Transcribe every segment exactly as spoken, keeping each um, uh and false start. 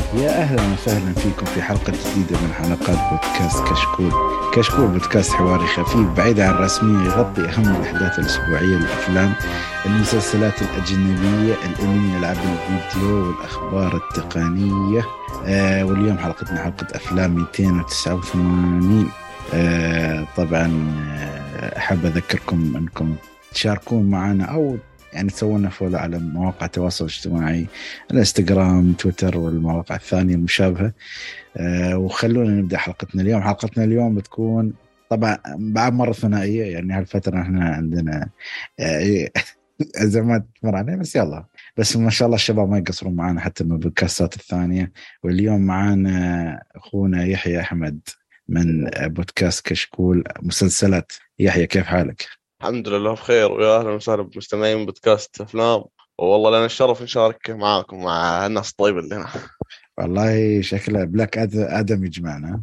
يا أهلا وسهلا فيكم في حلقة جديدة من حلقات بودكاست كشكول. كشكول بودكاست حواري خفيف بعيد عن الرسمية، يغطي أهم الأحداث الأسبوعية، الأفلام، المسلسلات الأجنبية، الأنمي، ألعاب الفيديو والأخبار التقنية. آه واليوم حلقتنا حلقة أفلام مئتين وتسعة وثمانين. آه طبعا آه، أحب أذكركم أنكم تشاركون معنا أو يعني تسوون فولو على مواقع التواصل الاجتماعي، الانستغرام، تويتر والمواقع الثانية المشابهة. أه وخلونا نبدأ حلقتنا اليوم. حلقتنا اليوم بتكون طبعا بعد مرة ثنائية، يعني هالفترة احنا عندنا أه أزمات تمر علينا، بس يلا، بس ما شاء الله الشباب ما يقصرون معنا حتى من البودكاستات الثانية. واليوم معنا أخونا يحيى أحمد من بودكاست كشكول مسلسلات. يحيى كيف حالك؟ الحمد لله بخير، ويا اهلا وسهلا بمستمعين بودكاست افلام. والله لنا الشرف نشارك معاكم مع الناس الطيبه اللي هنا. والله شكله بلاك آدم يجمعنا.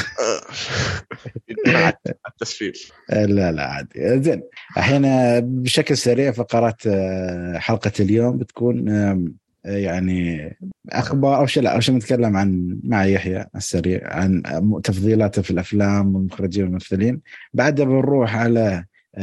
يدنا على التسفيل. لا لا عادي، زين. الحين بشكل سريع فقرات آه، حلقة اليوم بتكون آم، آه، يعني أخبار أو شيء، لا أو شيء نتكلم عن مع يحيى السريع عن تفضيلاته في الأفلام والمخرجين والممثلين. بعدها بنروح على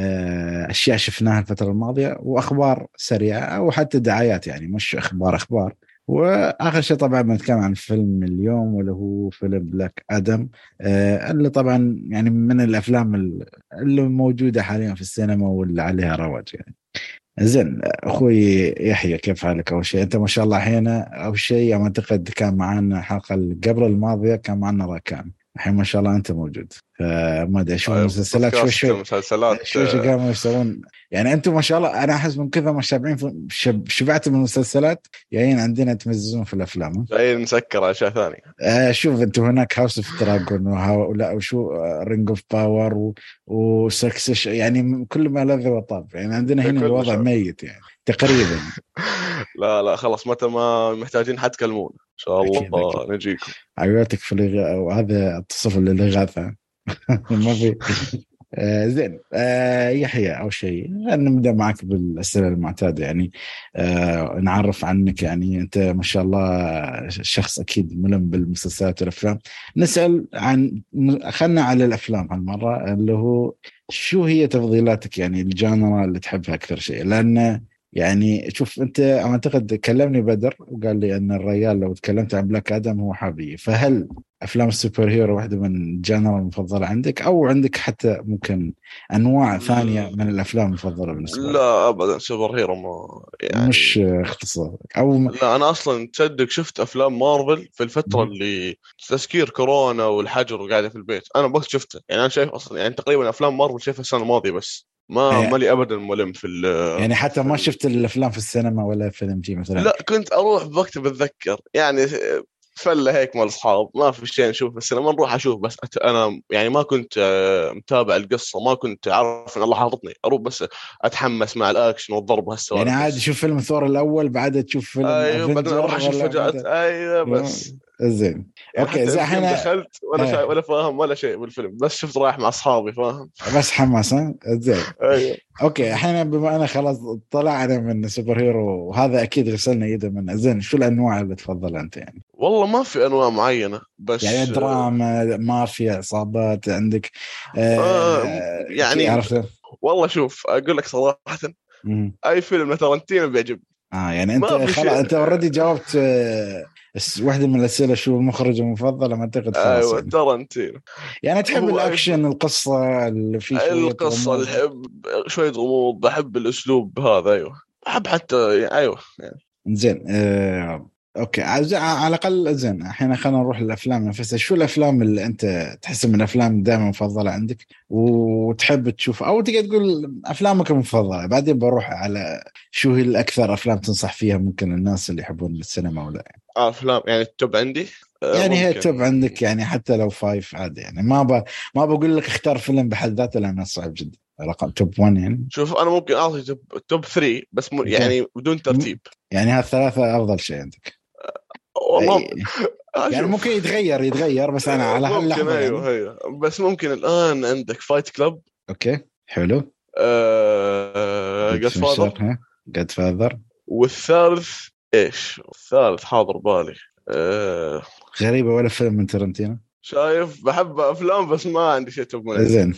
آه، أشياء شفناها الفترة الماضية وأخبار سريعة أو حتى دعايات، يعني مش أخبار أخبار. وآخر شيء طبعا بنتكلم عن فيلم اليوم واللي هو فيلم بلاك آدم، آه، اللي طبعا يعني من الافلام اللي موجوده حاليا في السينما واللي عليها رواج يعني. زين اخوي يحيى كيف حالك؟ اول شيء انت ما شاء الله الحين اول شيء اعتقد كان معنا الحلقه اللي قبل الماضيه كان معنا راكان، الحين ما شاء الله انت موجود. فما ادري اشوف المسلسلات شوي بودكاست شوي مسلسلات. شوي شوي قاموا يسوون. يعني انتم ما شاء الله انا احس من كثر ما شابعين في- شب شبعت من المسلسلات، جايين عندنا تمززون في الافلام. جاي نسكر اشياء ثانيه. آه شوف انتم هناك هاوس اوف دراجون ولا وشو رينج اوف باور وسكسش، يعني كل ما لذ وطاب. يعني عندنا هنا كل الوضع شيء. ميت يعني تقريبا. لا لا خلاص، متى ما محتاجين حد كلمونا ان شاء اكيد اكيد الله نجيكم. عيوتك في الإغاثة، وهذا اتصف للإغاثة. ما في. آه زين. آه يحيى أول شيء نبدأ معك بالأسئلة المعتادة يعني. آه نعرف عنك، يعني أنت ما شاء الله شخص أكيد ملم بالمسلسلات والأفلام. نسأل عن، خلنا على الأفلام هالمرة، اللي هو شو هي تفضيلاتك، يعني الجانرا اللي تحبها أكثر شيء؟ لأن يعني شوف أنت أعتقد كلمني بدر وقال لي أن الرجال لو تكلمت عن بلاك آدم هو حابي، فهل افلام السوبر هيرو واحده من الجانرا المفضله عندك، او عندك حتى ممكن انواع ثانيه من الافلام المفضله بالنسبه لك؟ لا ابدا، سوبر هيرو ما مش يعني. اختصار او م... لا انا اصلا تصدق شفت افلام مارفل في الفتره م- اللي تذكير كورونا والحجر وقاعده في البيت، انا بس شفته. يعني انا شايف اصلا يعني تقريبا افلام مارفل شايفها السنه الماضيه، بس ما آه، مالي ابدا ملم في ال يعني حتى في ما ال شفت الافلام في السينما ولا فيلم جي مثلا؟ لا كنت اروح بوقت بتذكر يعني، فله هيك مع الاصحاب، ما في شيء نشوف في السينما نروح اشوف. بس أت... انا يعني ما كنت آه، متابع القصه، ما كنت اعرف ان الله حاططني اروح بس اتحمس مع الاكشن والضرب يعني هالسوالف عادي بس. شوف فيلم ثور الاول بعدها تشوف فيلم ايوه بعدين افنجر اروح اشوف ولا فجأة، بعد؟ ايوه بس. زين. يعني اوكي حتى زين اند جيم احنا دخلت ولا شيء آه ولا فاهم ولا شيء بالفيلم، بس شفت رايح مع اصحابي فاهم. بس حماس ها. زين. ايوه. اوكي احنا بما انا خلاص طلعنا من سوبر هيرو وهذا اكيد غسلنا ايده منه، زين شو الانواع اللي تفضل انت يعني؟ والله ما في انواع معينه يعني بس. دراما، مافيا، عصابات عندك؟ آه آه كي يعني عرفت. والله شوف اقول لك صراحه، مم. اي فيلم لتارنتينو بيعجبني. اه يعني انت ما في خلاص شيء. انت اوريدي جاوبت آه الس- واحدة من الاسئله، شو المخرج المفضل؟ ما اعتقد خلاص ايوه يعني. تارنتينو. يعني تحب هو اي فيلم. الاكشن، القصه اللي فيه شويه القصه اللي غموض؟ حب شويه غموض، بحب الاسلوب هذا. ايوه بحب حتى يعني ايوه يعني. زين. آه اوكي عايز- على الاقل زين. الحين خلينا نروح للافلام نفسها. شو الافلام اللي انت تحس من الافلام دائما مفضله عندك وتحب تشوف، او تقدر تقول افلامك المفضله، بعدين بروح على شو هي الاكثر افلام تنصح فيها ممكن الناس اللي يحبون السينما ولا يعني. افلام يعني التوب عندي. آه يعني هي ممكن. توب عندك يعني حتى لو فايف عادي، يعني ما ب... ما بقول لك اختار فيلم بحد ذاته لانه صعب جدا. رقم توب واحد يعني. شوف انا ممكن اعطي توب, توب ثلاثة بس م... اوكي. يعني بدون م- ترتيب. يعني هالثلاثه افضل شيء عندك؟ والله أي... يعني ممكن اشوف. يتغير يتغير بس انا على ممكن هاللحظه ايوه يعني. ايوه، بس ممكن الان عندك فايت كلاب. اوكي حلو. جاد جود فاذر. فينشر ها. جود فاذر. والثالث ايش الثالث حاضر بالي. أه غريبة ولا فيلم من ترنتينو؟ شايف بحب افلام بس ما عندي شيء توب من عندي. زين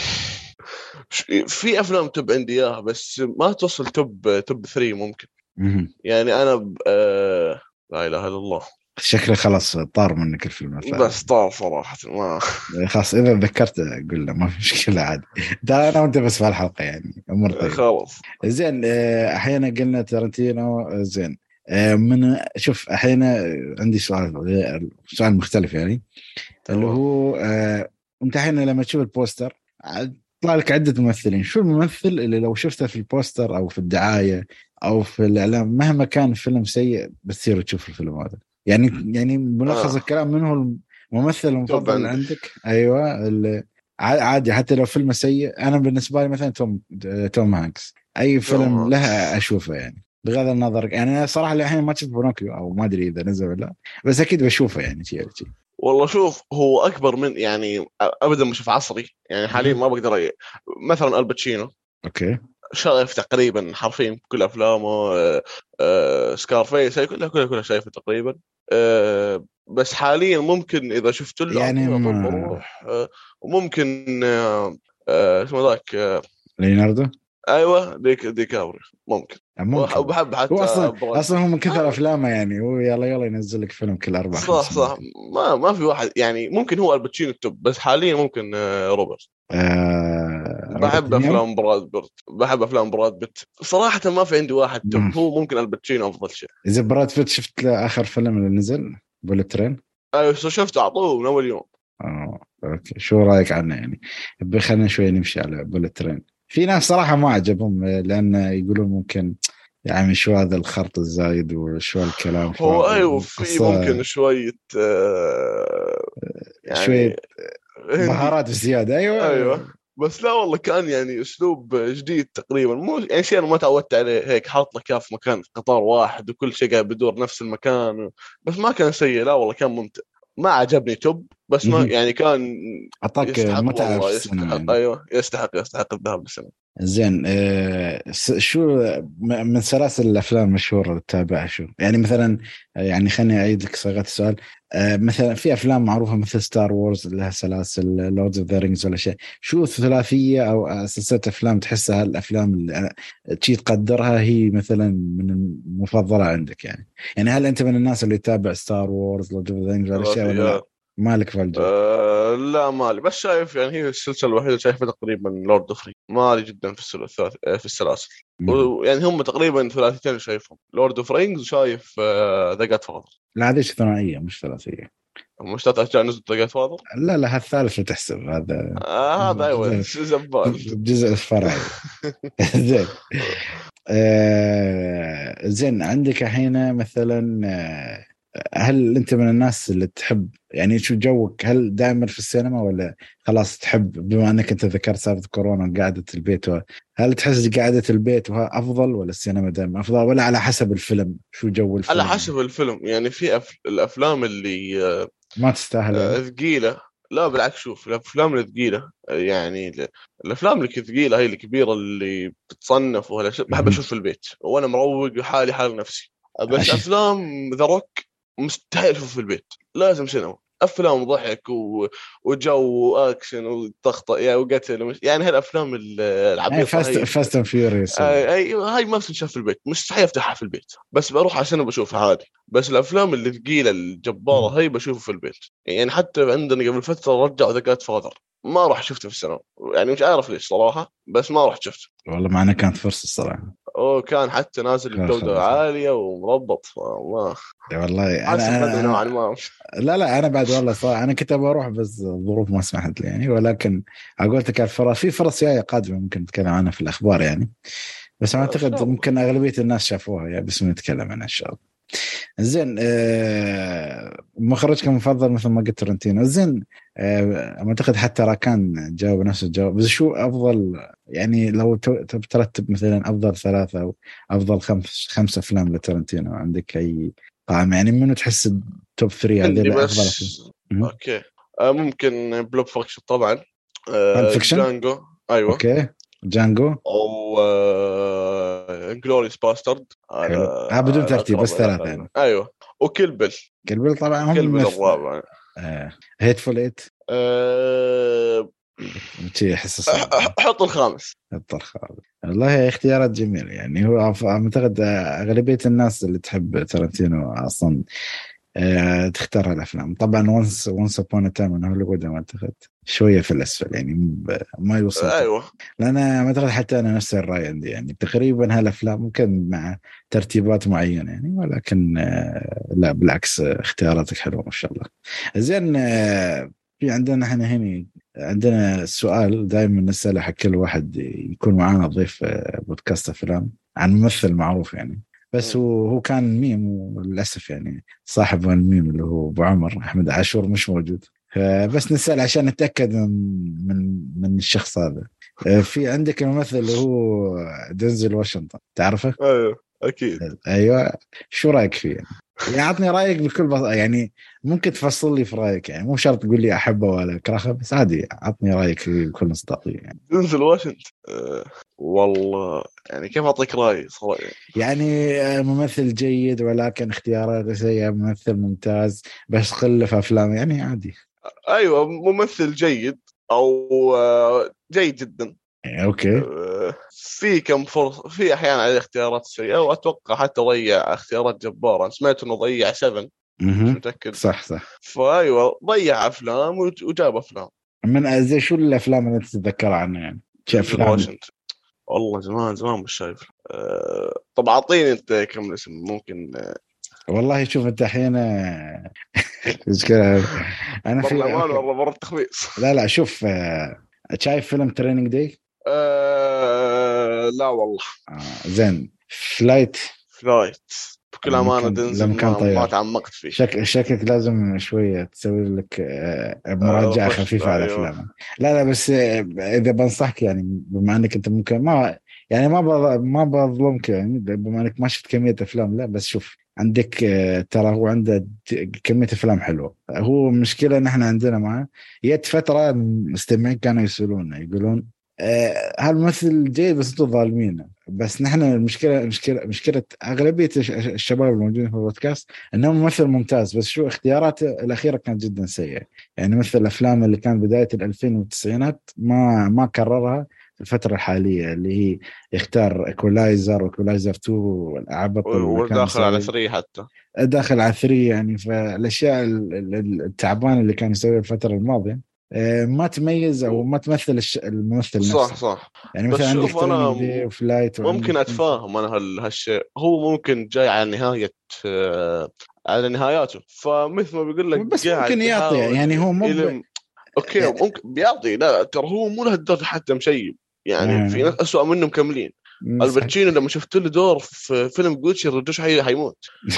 في افلام توب عندي اياها بس ما توصل توب توب ثري ممكن. مهم. يعني انا ب... أه... لا اله الا الله. شكله خلاص طار منك الفيلم الثالث. بس طار صراحه ما خلاص إذا ذكرت قل له ما في مشكلة عادي. ده أنا وأنت بس في الحلقة يعني أمور طيب. خلاص. زين آه، أحيانا قلنا ترنتينو آه، زين آه، من شوف أحيانا عندي سؤال غير- سؤال مختلف يعني اللي هو آه، أنت أحيانا لما تشوف البوستر يطلع لك عدة ممثلين، شو الممثل اللي لو شفته في البوستر أو في الدعاية أو في الإعلان مهما كان الفيلم سيء بتصير تشوف الفيلم هذا؟ يعني يعني ملخص آه. الكلام منه الممثل المفضل اللي عندي. عندك. ايوه اللي عادي حتى لو فيلم سيء. انا بالنسبه لي مثلا توم توم هانكس اي توم فيلم له هانكس. اشوفه يعني بغض النظر. يعني انا صراحه الحين ما شفت بونوكيو او ما ادري اذا نزل ولا، بس اكيد بشوفه يعني شيء شيء. والله شوف هو اكبر من يعني ابدا مش في عصري يعني حاليا ما بقدر أ... مثلا الباتشينو اوكي شايف تقريبا حرفيا كل افلامه. آه، آه، سكارفيس هي كلها كلها كلها شايفه تقريبا. آه، بس حاليا ممكن اذا شفت له يعني اعطيني طب ما... بروح. آه، وممكن آه، آه، اسمه ذاك آه، ليوناردو ايوه ديك ديكابري ممكن. وح- ممكن. وبحب هو حتى اصلا براد اصلا بيت. هو من كثر آه، افلامه يعني هو يلا يلا ينزل لك فيلم كل اربع صح خمس سنوات. صح. ما ما في واحد يعني ممكن هو الباتشينو التوب بس حاليا ممكن آه، روبرت. آه... روبرت بحب دينيرو. افلام براد بيت بحب افلام براد بيت صراحه. ما في عندي واحد توب هو ممكن الباتشينو افضل شيء. اذا براد بيت شفت له اخر فيلم اللي نزل بوليت ترين؟ ايوه شفت اعطوه من اول يوم. اه اوكي شو رايك عنه يعني؟ خلينا شوي نمشي على بوليت ترين. في ناس صراحه ما عجبهم لان يقولون ممكن يعني شو هذا الخرط الزايد وشو الكلام هو فاضي ايوه في والقصه ممكن شويه آه شويه يعني هندي. بهارات بزياده. ايوه ايوه بس لا والله كان يعني اسلوب جديد تقريبا مو يعني شيء انا ما تعودت عليه هيك حاط لك إياه في مكان قطار واحد وكل شيء قاعد بدور نفس المكان. بس ما كان سيء لا والله كان ممتع. ما عجبني توب بس ما مهم. يعني كان اعطاك يستحق متعه في والله السينما يستحق. يعني. ايوه يستحق يستحق الذهب للسينما. زين آه س- شو م- من سلاسل الافلام المشهوره اللي تتابعها شو يعني مثلا آه، يعني خليني اعيد لك صيغه السؤال. آه مثلا في افلام معروفه مثل ستار وورز لها سلاسل لورد اوف ذا رينجز ولا شيء، شو ثلاثيه او آه، سلسله افلام تحسها الافلام اللي أنا- تشي تقدرها هي مثلا من المفضله عندك يعني؟ يعني هل انت من الناس اللي يتابع ستار وورز لورد اوف ذا رينجز ولا شيء ولا لا ثلاثيات. مالك في الجو؟ أه لا مالي بس شايف يعني هي السلسله الوحيده اللي شايفها تقريبا لورد اوف رينج. مالي جدا في الثلاث في السلاسل. مهم. ويعني هم تقريبا ثلاثيتين اللي شايفهم لورد اوف رينجز وشايف ذا جاد فاذر. لا هذه ثنائيه مش ثلاثيه. مش ثلاث اجزاء نزلت ذا جاد فاذر. لا لا هالثالث لا تحسب هذا آه هذا ايوه زبال. الجزء الفرعي. زين آه زين عندك الحين مثلا آه هل انت من الناس اللي تحب يعني شو جوك؟ هل دائما في السينما ولا خلاص تحب بما انك انت ذكرت سالفه كورونا وقعده البيت و... هل تحس قعده البيت افضل ولا السينما دائما افضل ولا على حسب الفيلم؟ شو جو على الفيلم حسب الفيلم يعني في أف... الافلام اللي آه، ما تستاهل آه، يعني؟ ثقيله. لا بالعكس شوف الافلام الثقيله آه، يعني ال- الافلام الثقيله هي الكبيره اللي بتصنف وهلا شيء بحب اشوف في البيت وانا مروق وحالي حال نفسي. بس عشان افلام ذا روك مستحيل اشوف في البيت لازم سينما. افلام ضحك و... وجو اكشن وطخطه يعني وقتل ومش... يعني هالافلام ال- يعني العبيطه فاست هي فاست اند فيوريوس. آه، اي هاي ما تنشاف في البيت مستحيل افتحها في البيت. بس بروح عشان بشوفها عادي. بس الافلام اللي ثقيله الجباره هي بشوفها في البيت. يعني حتى عندنا قبل فتره رجعوا ذا جاد فاذر ما راح شفته في السينما. يعني مش عارف ليش صراحه بس ما راح شفته. والله معنا كانت فرصه الصراحه. وكان حتى نازل خلاص بجوده خلاص عاليه ومربط ما والله حاسب انا بدري انا نوعا ما. لا لا انا بعد والله صراحه انا كنت بروح بس الظروف ما سمحت لي يعني. ولكن اقول لك الفرص في فرص جايه قادمه ممكن نتكلم عنها في الاخبار يعني. بس ان اعتقد شاء الله. ممكن اغلبيه الناس شافوها يعني بس نتكلم عنها ان شاء الله. زين آه مخرجك المفضل مثل ما قلت ترنتينو. زين آه اعتقد حتى راكان جاوب نفس الجواب. بس شو افضل يعني لو تبي ترتب مثلا افضل ثلاثه او افضل خمس خمسه افلام لترنتينو عندك اي قائمه يعني منو تحس التوب ثلاثة عندي هذول افضل افلام؟ بس اوكي. آه ممكن بلوب فاكشن طبعا. بالب آه فيكشن جانجو. ايوه. اوكي جانجو او انجلوريوس باسترد حلو. ها بدون ترتيب بس ثلاثة يعني. ايوه وكلبل كلبل طبعا هم كلبل الرابع. آه. هيتفول ايت أه... شيء احس صعب. حط الخامس. حط الخامس. والله اختيارات جميلة يعني. هو اعتقد اغلبية الناس اللي تحب تارانتينو اصلا أه تختار الافلام. طبعا وانس وانس ابون تايم ان هوليوود ما اعتقد شويه في الاسفل يعني ما يوصل. ايوه لان ما اعتقد حتى انا نفس الراي عندي يعني. تقريبا هالافلام ممكن مع ترتيبات معينه يعني. ولكن أه لا بالعكس اختياراتك حلوه ما شاء الله. زين أه في عندنا احنا هنا عندنا سؤال دائما نساله حق كل واحد يكون معنا ضيف بودكاست افلام عن ممثل معروف يعني. بس هو هو كان ميم وللأسف يعني صاحب الميم اللي هو أبو عمر أحمد عاشور مش موجود. بس نسأل عشان نتأكد من من من الشخص هذا. في عندك الممثل اللي هو دنزل واشنطن تعرفه؟ ايوه اكيد. ايوه شو رايك فيه يعني؟ يعطني رايك بكل بساطه يعني. ممكن تفصل لي في رايك يعني. مو شرط تقول لي احبه ولا اكرهه بس عادي عطني رايك فيه بكل مصداقيه يعني. دنزل واشنطن أه والله يعني كيف اعطيك راي صراحه يعني ممثل جيد ولكن اختياراته سيئه. ممثل ممتاز بس قله في افلام يعني عادي. ايوه ممثل جيد او جيد جدا. اوكي. في كم فرصه في احيانا عليه اختيارات سيئه واتوقع حتى ضيع اختيارات جباره. سمعت انه ضيع سبعة مش متاكد. صح صح. فايوه ضيع افلام وجاب افلام. من زي شو الافلام اللي تتذكرها عنه يعني؟ شايف افلام والله زمان زمان مش شايف. أه... طب اعطيني انت كم اسم ممكن. أه... والله شوف انت الحين مشكلة انا في برلمان ولا برا التخميس. لا لا شوف أه... شايف فيلم تريننج داي؟ أه... لا والله. آه زين. فلايت فلايت بكل امانه دنزل ما, ما تعمقت فيه. شك... شكلك لازم شويه تسوي لك مراجعه أه خفيفه على افلام. لا لا بس اذا بنصحك يعني بما انك انت ممكن ما يعني ما بض... ما بظلمك يعني بما انك ما شفت كميه افلام. لا بس شوف عندك ترى هو عنده كميه افلام حلوه. هو مشكله ان احنا عندنا معه جت فتره مستمعين كانوا يسالون يقولون آه هالممثل جيد بس انتم ظالمينه. بس نحن المشكله مشكله مشكله اغلبيه الشباب الموجودين في البودكاست انه ممثل ممتاز بس شو اختياراته الاخيره كانت جدا سيئه. يعني مثل الافلام اللي كان بدايه الألفين والتسعينات ما ما كررها في الفتره الحاليه اللي هي يختار ايكولايزر وايكولايزر اثنين والعبط وداخل على ثلاثة حتى داخل على ثلاثة يعني. فالاشياء التعبانه اللي كان يسويها الفتره الماضيه ما تميز او ما تمثل الممثل نفسه. صح صح. يعني مثلا عندك تريننج وفلايت ممكن اتفاهم انا هالشيء. هو ممكن جاي على نهايه على نهاياته فمثل ما بيقول لك بس ممكن يعطي يعني هو مو ب... اوكي يعني ممكن بيعطي. لا ترى هو مو لهالدرجه حتى مشيب يعني. آه. في ناس اسوأ منه مكملين. الباتشينو لما شفت له دور في فيلم جوتشي الرجوش حيموت.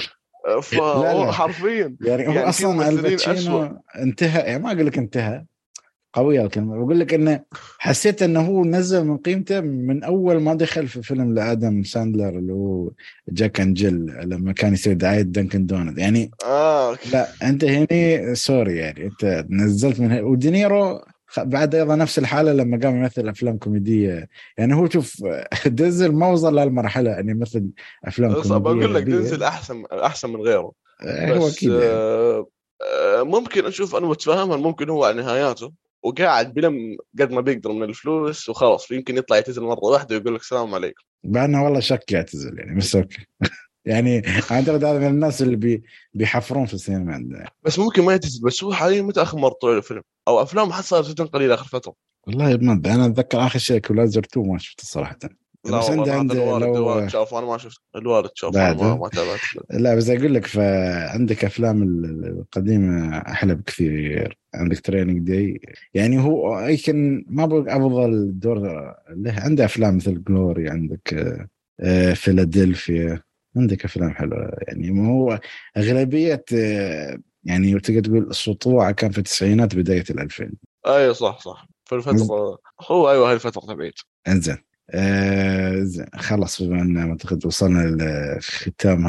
فهو حرفيا يعني هو يعني اصلا الباتشينو انتهى يعني. ما اقول لك انتهى قوية الكلمة. بقول لك انه حسيت انه هو نزل من قيمته من اول ما دخل في فيلم لآدم ساندلر اللي هو جاك اند جيل لما كان يسوي دعاية دانكن دونت يعني. آه. لا انت هني سوري يعني انت نزلت من ودينيرو بعد ايضا نفس الحالة لما قام يمثل افلام كوميدية. يعني هو شوف دنزل ما وصل لهالمرحلة ان يمثل افلام كوميدية. بقول لك دنزل احسن احسن من غيره. هو اكيد يعني. آه ممكن اشوف انا متفاهمها. ممكن هو على نهاياته وقاعد بلم قد ما بيقدر من الفلوس وخلاص. يمكن يطلع يعتزل مرة واحدة ويقول لك السلام عليكم. بأنه والله شك يعتزل يعني بس اوكي. يعني اعتقد هذا من الناس اللي بي بيحفرون في السينما عندنا. بس ممكن ما يعتزل. بس هو حاليا متى اخر مرة طلع له فيلم او افلام حتى صارت جدا قليلة اخر فترة. والله ما انا اتذكر اخر شيء كولايزر اثنين ما شفته صراحة. لا بس والله عند الوالد لو الوالد شاف انا ما شفت. الوالد شاف انا ما, ما تابعت. لا بس اقول لك فعندك افلام القديمه احلى بكثير. عندك تريننج داي يعني هو يمكن ما ابغى افضل الدور له. عنده افلام مثل جلوري. عندك فيلادلفيا. عندك افلام حلوه يعني. ما هو اغلبيه يعني تقدر تقول السطوع كان في التسعينات بدايه الألفين. ايوه صح صح في الفتره. هو ايوه هاي الفتره تبعت. انزين آه خلص بما أن أعتقد وصلنا لختام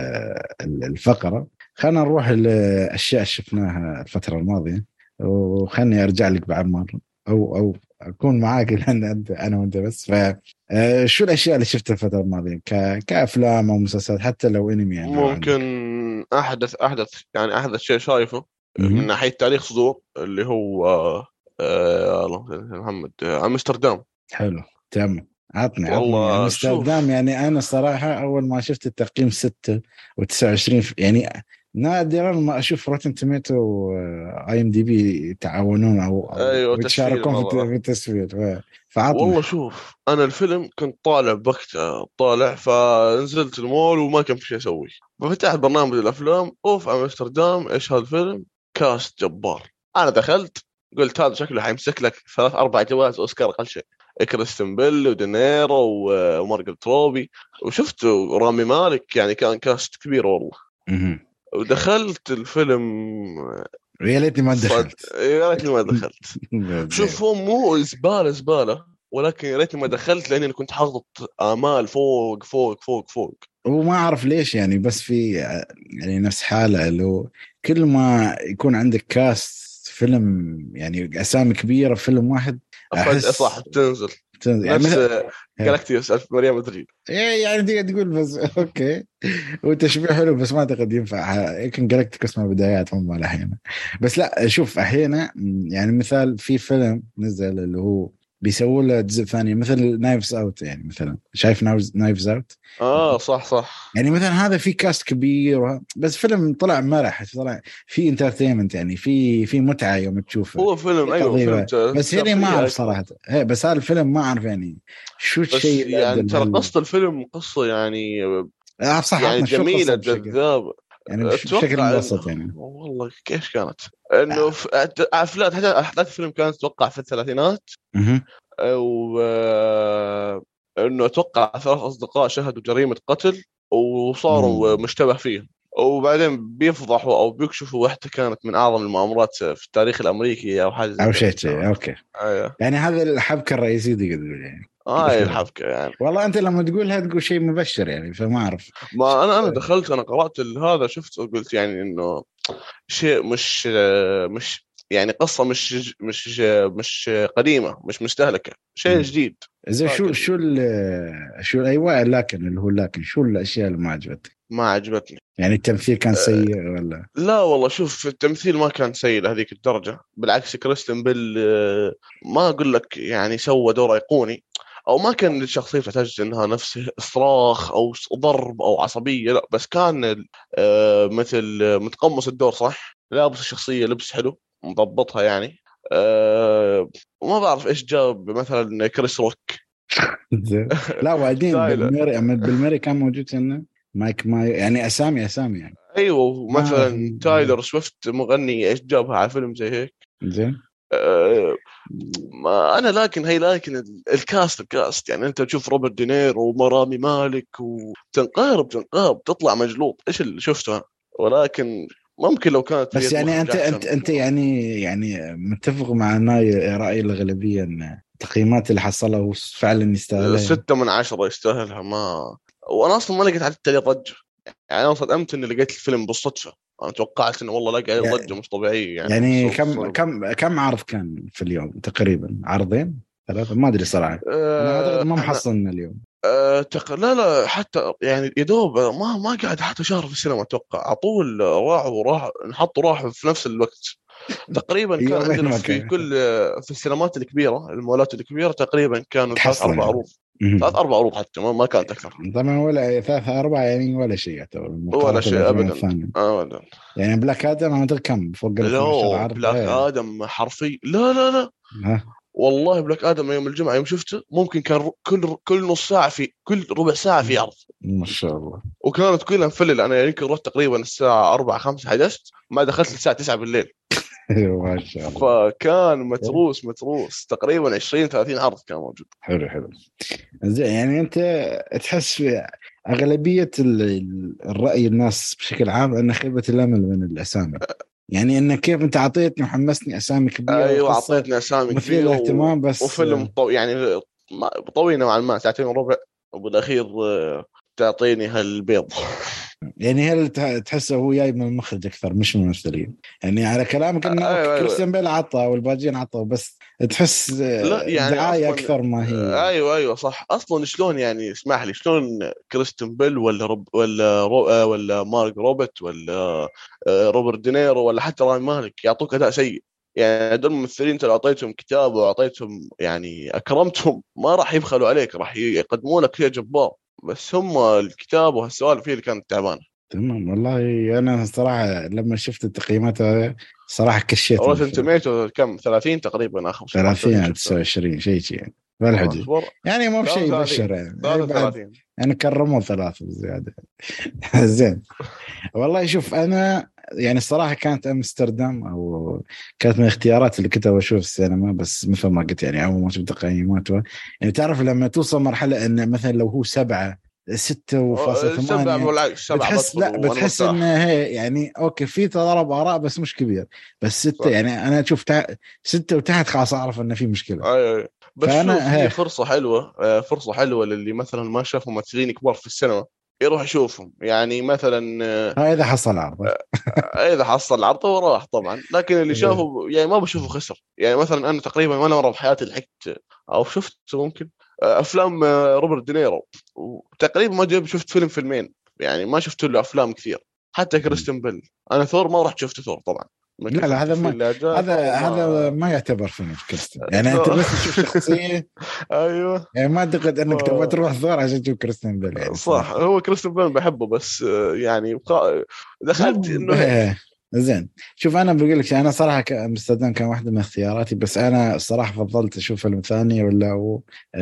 هالفقرة خلنا نروح لأشياء شفناها الفترة الماضية. وخلني أرجع لك بعد مرة أو أو اكون معاك لان انت انا وانت بس. ف آه، شو الاشياء اللي شفتها الفتره الماضيه ك... كافلام او مسلسلات حتى لو انمي يعني لو ممكن عندك. احدث احدث يعني احدث شيء شايفه من مهم. ناحيه تاريخ صدور اللي هو آه آه اللهم صل على محمد، آه امستردام. حلو تمام. عطني عطني والله امستردام. شوف، يعني انا صراحه اول ما شفت التقييم ستة وتسعة وعشرين يعني نادرا ما اشوف روتن توميتو واي ام دي بي يتعاونون او او ايوه تسفيل يتشاركون في مره. في التسويق. ف- فعطني. والله شوف، انا الفيلم كنت طالع بوقتها طالع، فنزلت المول وما كان في شيء اسوي، ففتحت برنامج الافلام اوف امستردام، ايش هذا الفيلم؟ كاست جبار. انا دخلت قلت هذا شكله حيمسك لك ثلاث اربع جوائز اوسكار اقل شيء، كريستن بيل ودينيرو و- ومارغريت روبي، وشفت رامي مالك، يعني كان كاست كبير والله. مهم. ودخلت الفيلم يا ليتني ما صد دخلت. يا ريتني ما دخلت. زين. شوف هو مو زبالة زبالة، ولكن يا ريتني ما دخلت لأني أنا كنت حاطط آمال فوق فوق فوق فوق. وما أعرف ليش يعني، بس في يعني نفس حالة لو كل ما يكون عندك كاست فيلم يعني أسامي كبيرة في فيلم واحد فجأة صح أحس بتنزل تنزل يعني نفس مثل جالاكتيوس ألف مريم مدريد. إيه يعني تقدر تقول بس أوكي. وتشبيه حلو بس ما أعتقد ينفع. يمكن جالكتيكوس ما بدايات هم الحين. بس لا شوف أحيانا يعني مثال في فيلم نزل اللي هو بيسووا له جزء ثاني مثل نايفز أوت. يعني مثلا شايف نايفز أوت؟ آه صح صح. يعني مثلا هذا في كاست كبير وه- بس فيلم طلع مرح، طلع في انترتينمنت يعني في في متعه يوم تشوفه. هو في فيلم، أيوه فيلم قضيه. ت- بس هنا ما ترفيهي اعرف أكثر. صراحه هي بس هذا الفيلم ما اعرف يعني شو بس الشيء اللي ادى يعني ترى لهال. قصة الفيلم قصة يعني اعرف صح يعني عطنا شو جميلة القصه بشكل جذابة. يعني بش- بشكل اتوقع انه مبسط يعني. والله كيف كانت، انه آه. في افلام حتى احداث الفيلم كانت اتوقع في الثلاثينات. مهم. و آه، انه اتوقع ثلاث اصدقاء شهدوا جريمه قتل وصاروا مم. مشتبه فيه، وبعدين بيفضحوا او بيكشفوا واحده كانت من اعظم المؤامرات في التاريخ الامريكي او حاجه زي او كذا شيء شيء كانت. اوكي. ايوه يعني هذا الحبكه الرئيسيه دي تقول يعني هاي الفيلم. الحبكه يعني. والله انت لما تقولها تقول شيء مبشر يعني فما اعرف. ما انا انا دخلت انا قرات هذا شفت وقلت يعني انه شيء مش مش يعني قصه مش مش مش قديمه، مش مستهلكه، شيء جديد. زين شو لكن شو ال شو ايوه لكن اللي هو لكن شو الاشياء اللي ما عجبتك؟ ما عجبتني. يعني التمثيل كان سيء ولا؟ لا والله شوف التمثيل ما كان سيء لهذيك الدرجة، بالعكس كريستن بيل آه، ما أقول لك يعني سوى دور أيقوني، أو ما كان الشخصية تحتاج إنها نفس صراخ أو ضرب أو عصبية، لا بس كان آه، مثل آه، متقمص الدور صح، لابس الشخصية لبس حلو مضبطها يعني. أه وما بعرف إيش جاب مثلا كريس روك. زين. لا وبعدين تايلر، بالميري بالميري كان موجود هنا مايك ماي يعني اسامي اسامي يعني أيوه ما اعرف. مثلا تايلر سويفت مغني، إيش جابها على فيلم زي هيك؟ زين. أه ما انا لكن هي لكن ال- الكاست الكاست يعني انت تشوف روبرت دينيرو ومرامي مالك وتنقهر بتنقهر بتطلع مجلوط ايش اللي شفته. ولكن ممكن لو كانت بس في يعني مخرج انت انت احسن. انت يعني يعني متفق مع ناي راي الاغلبيه ان التقييمات اللي حصلها هو فعلا يستاهلها يعني. ستة من عشرة يستاهلها. ما وانا اصلا ما لقيت على التالي ضجة، يعني انا صدمت اني لقيت الفيلم بالصدفة. انا توقعت انه والله لقى عليه ضجة مش طبيعية يعني يعني بسبب كم الصدمة. كم كم عرض كان في اليوم تقريبا؟ عرضين ثلاثة ما ادري صراحه. انا اعتقد أه ما انا محصلنا اليوم. أه تق... لا لا حتى يعني يدوب ما ما قاعد حتى شهر في السينما اتوقع على طول راحوا راح نحطوا راحوا في نفس الوقت تقريبا. كان يومين عندنا ما في كان كل في السينمات الكبيره المولات الكبيره تقريبا كانوا ثلاث تحصل اربع يعني. عروض. ثلاث اربع عروض حتى ما, ما كانت اكثر. طبعا ولا ثلاثة أربعة يعني ولا شيء يعتبر ولا مقارنة شيء بالأفلام ابدا الثانية. ابدا. يعني بلاك آدم أنا أدري كم فوق ال اثنا عشر لو عرض بلاك إيه. ادم حرفي لا لا لا ها. والله بلاك ادم يوم الجمعه يوم شفته ممكن كان كل كل نص ساعه في كل ربع ساعه في عرض. ما شاء الله. وكانت كلها مفلل. انا يمكن رحت تقريبا الساعه أربعة خمسة حجزت ما دخلت الساعه تسعة بالليل. ما شاء الله. فكان متروس متروس تقريبا عشرين ثلاثين عرض كان موجود. حلو حلو. زين يعني أنت تحس في أغلبية ال- ال- الرأي الناس بشكل عام أن خيبة الأمل من الأسامي. يعني أن كيف أنت عطيتني وحمسني أسامي كبيرة ايوه وقصة اعطيتنا اسامي مثير كبيره و... للاهتمام بس. وفيلم طو... يعني ما- طوينا مع الماء ساعتين وربع، وبالاخير آه، تعطيني هالبيض. يعني هل تحسه هو جاي من المخرج اكثر مش من الممثلين؟ يعني على كلامك انه ايوه كريستيان ايوه بيل عطى والباجين عطوا، بس تحس لا يعني دعايه اصلا اكثر ما هي. ايوه ايوه صح. اصلا شلون يعني اسمح لي، شلون كريستن بيل ولا روب ولا رو آه، ولا مارك روبرت ولا آه، روبرت دينيرو ولا حتى رامي مالك يعطوك اداء سيء؟ يعني هذول الممثلين انت لو اعطيتهم كتاب واعطيتهم يعني اكرمتهم ما راح يبخلوا عليك، راح يقدموا لك شيء جبار. بس هم الكتاب وهالسوالف هي اللي كانت تعبانه. تمام والله. انا صراحه لما شفت التقييمات هذه صراحه كشيت من روتن الفيلم. توميتو كم ثلاثين تقريبا، اخر شيء ثلاثين واحد وثلاثين على شفتها. تسعة وعشرين شيء شيء يعني آه، بالحدود. اصبر. يعني مو بشيء يبشر ثلاثة وثلاثين يعني، أي بعد ثلاثة وثلاثين. يعني كرموا ثلاثة زيادة. زين. والله شوف أنا يعني الصراحة كانت أمستردام أو كانت من الاختيارات اللي كنت أشوف السينما، بس مثل ما قلت يعني أول ما شفت تقييماته يعني تعرف لما توصل مرحلة أن مثلا لو هو سبعة ستة فاصلة آه، سبعة ثمانية بالعكس، سبعة بتحس، بدخل لا وانا بتحس ان مرتاح. هي يعني اوكي في تضارب اراء بس مش كبير. بس ستة صح. يعني انا اشوف تع... ستة وتحت خلاص اعرف ان في مشكلة. أي أي. بس شوف، فانا هي هي فرصة حلوة، آه، فرصة حلوة للي مثلا ما شافوا ممثلين كبار في السينما يروح يشوفهم. يعني مثلا آه، هاي اذا حصل عرضه. آه، إذا حصل العرض وراح طبعا، لكن اللي شافوا يعني ما بشوفه خسر. يعني مثلا أنا تقريبا ولا مرة بحياتي لحقت أو شفت ممكن آه، أفلام آه، روبرت دينيرو، وتقريبا ما جاب شفت فيلم فيلمين. يعني ما شفت له أفلام كثير. حتى كريستن بيل، أنا ثور ما رحت شفت ثور طبعا من لا كثرة لا هذا التحفيل ما اللي جاء هذا ثور هذا ما. ما يعتبر فيلم في كريستيان، يعني انت ثور. بس تشوف شخصية. ايوه. يعني ما اعتقد ف... انك تبغى تروح ثور عشان تشوف كريستيان بيل يعني صح، صراحة. هو كريستوفر بيل بحبه بس آه، يعني بقا... دخلت مو انه هيك. إيه. زين. شوف انا بقول لك انا صراحه ك- امستردام كان واحده من اختياراتي، بس انا الصراحه فضلت اشوف فيلم ثاني ولا هو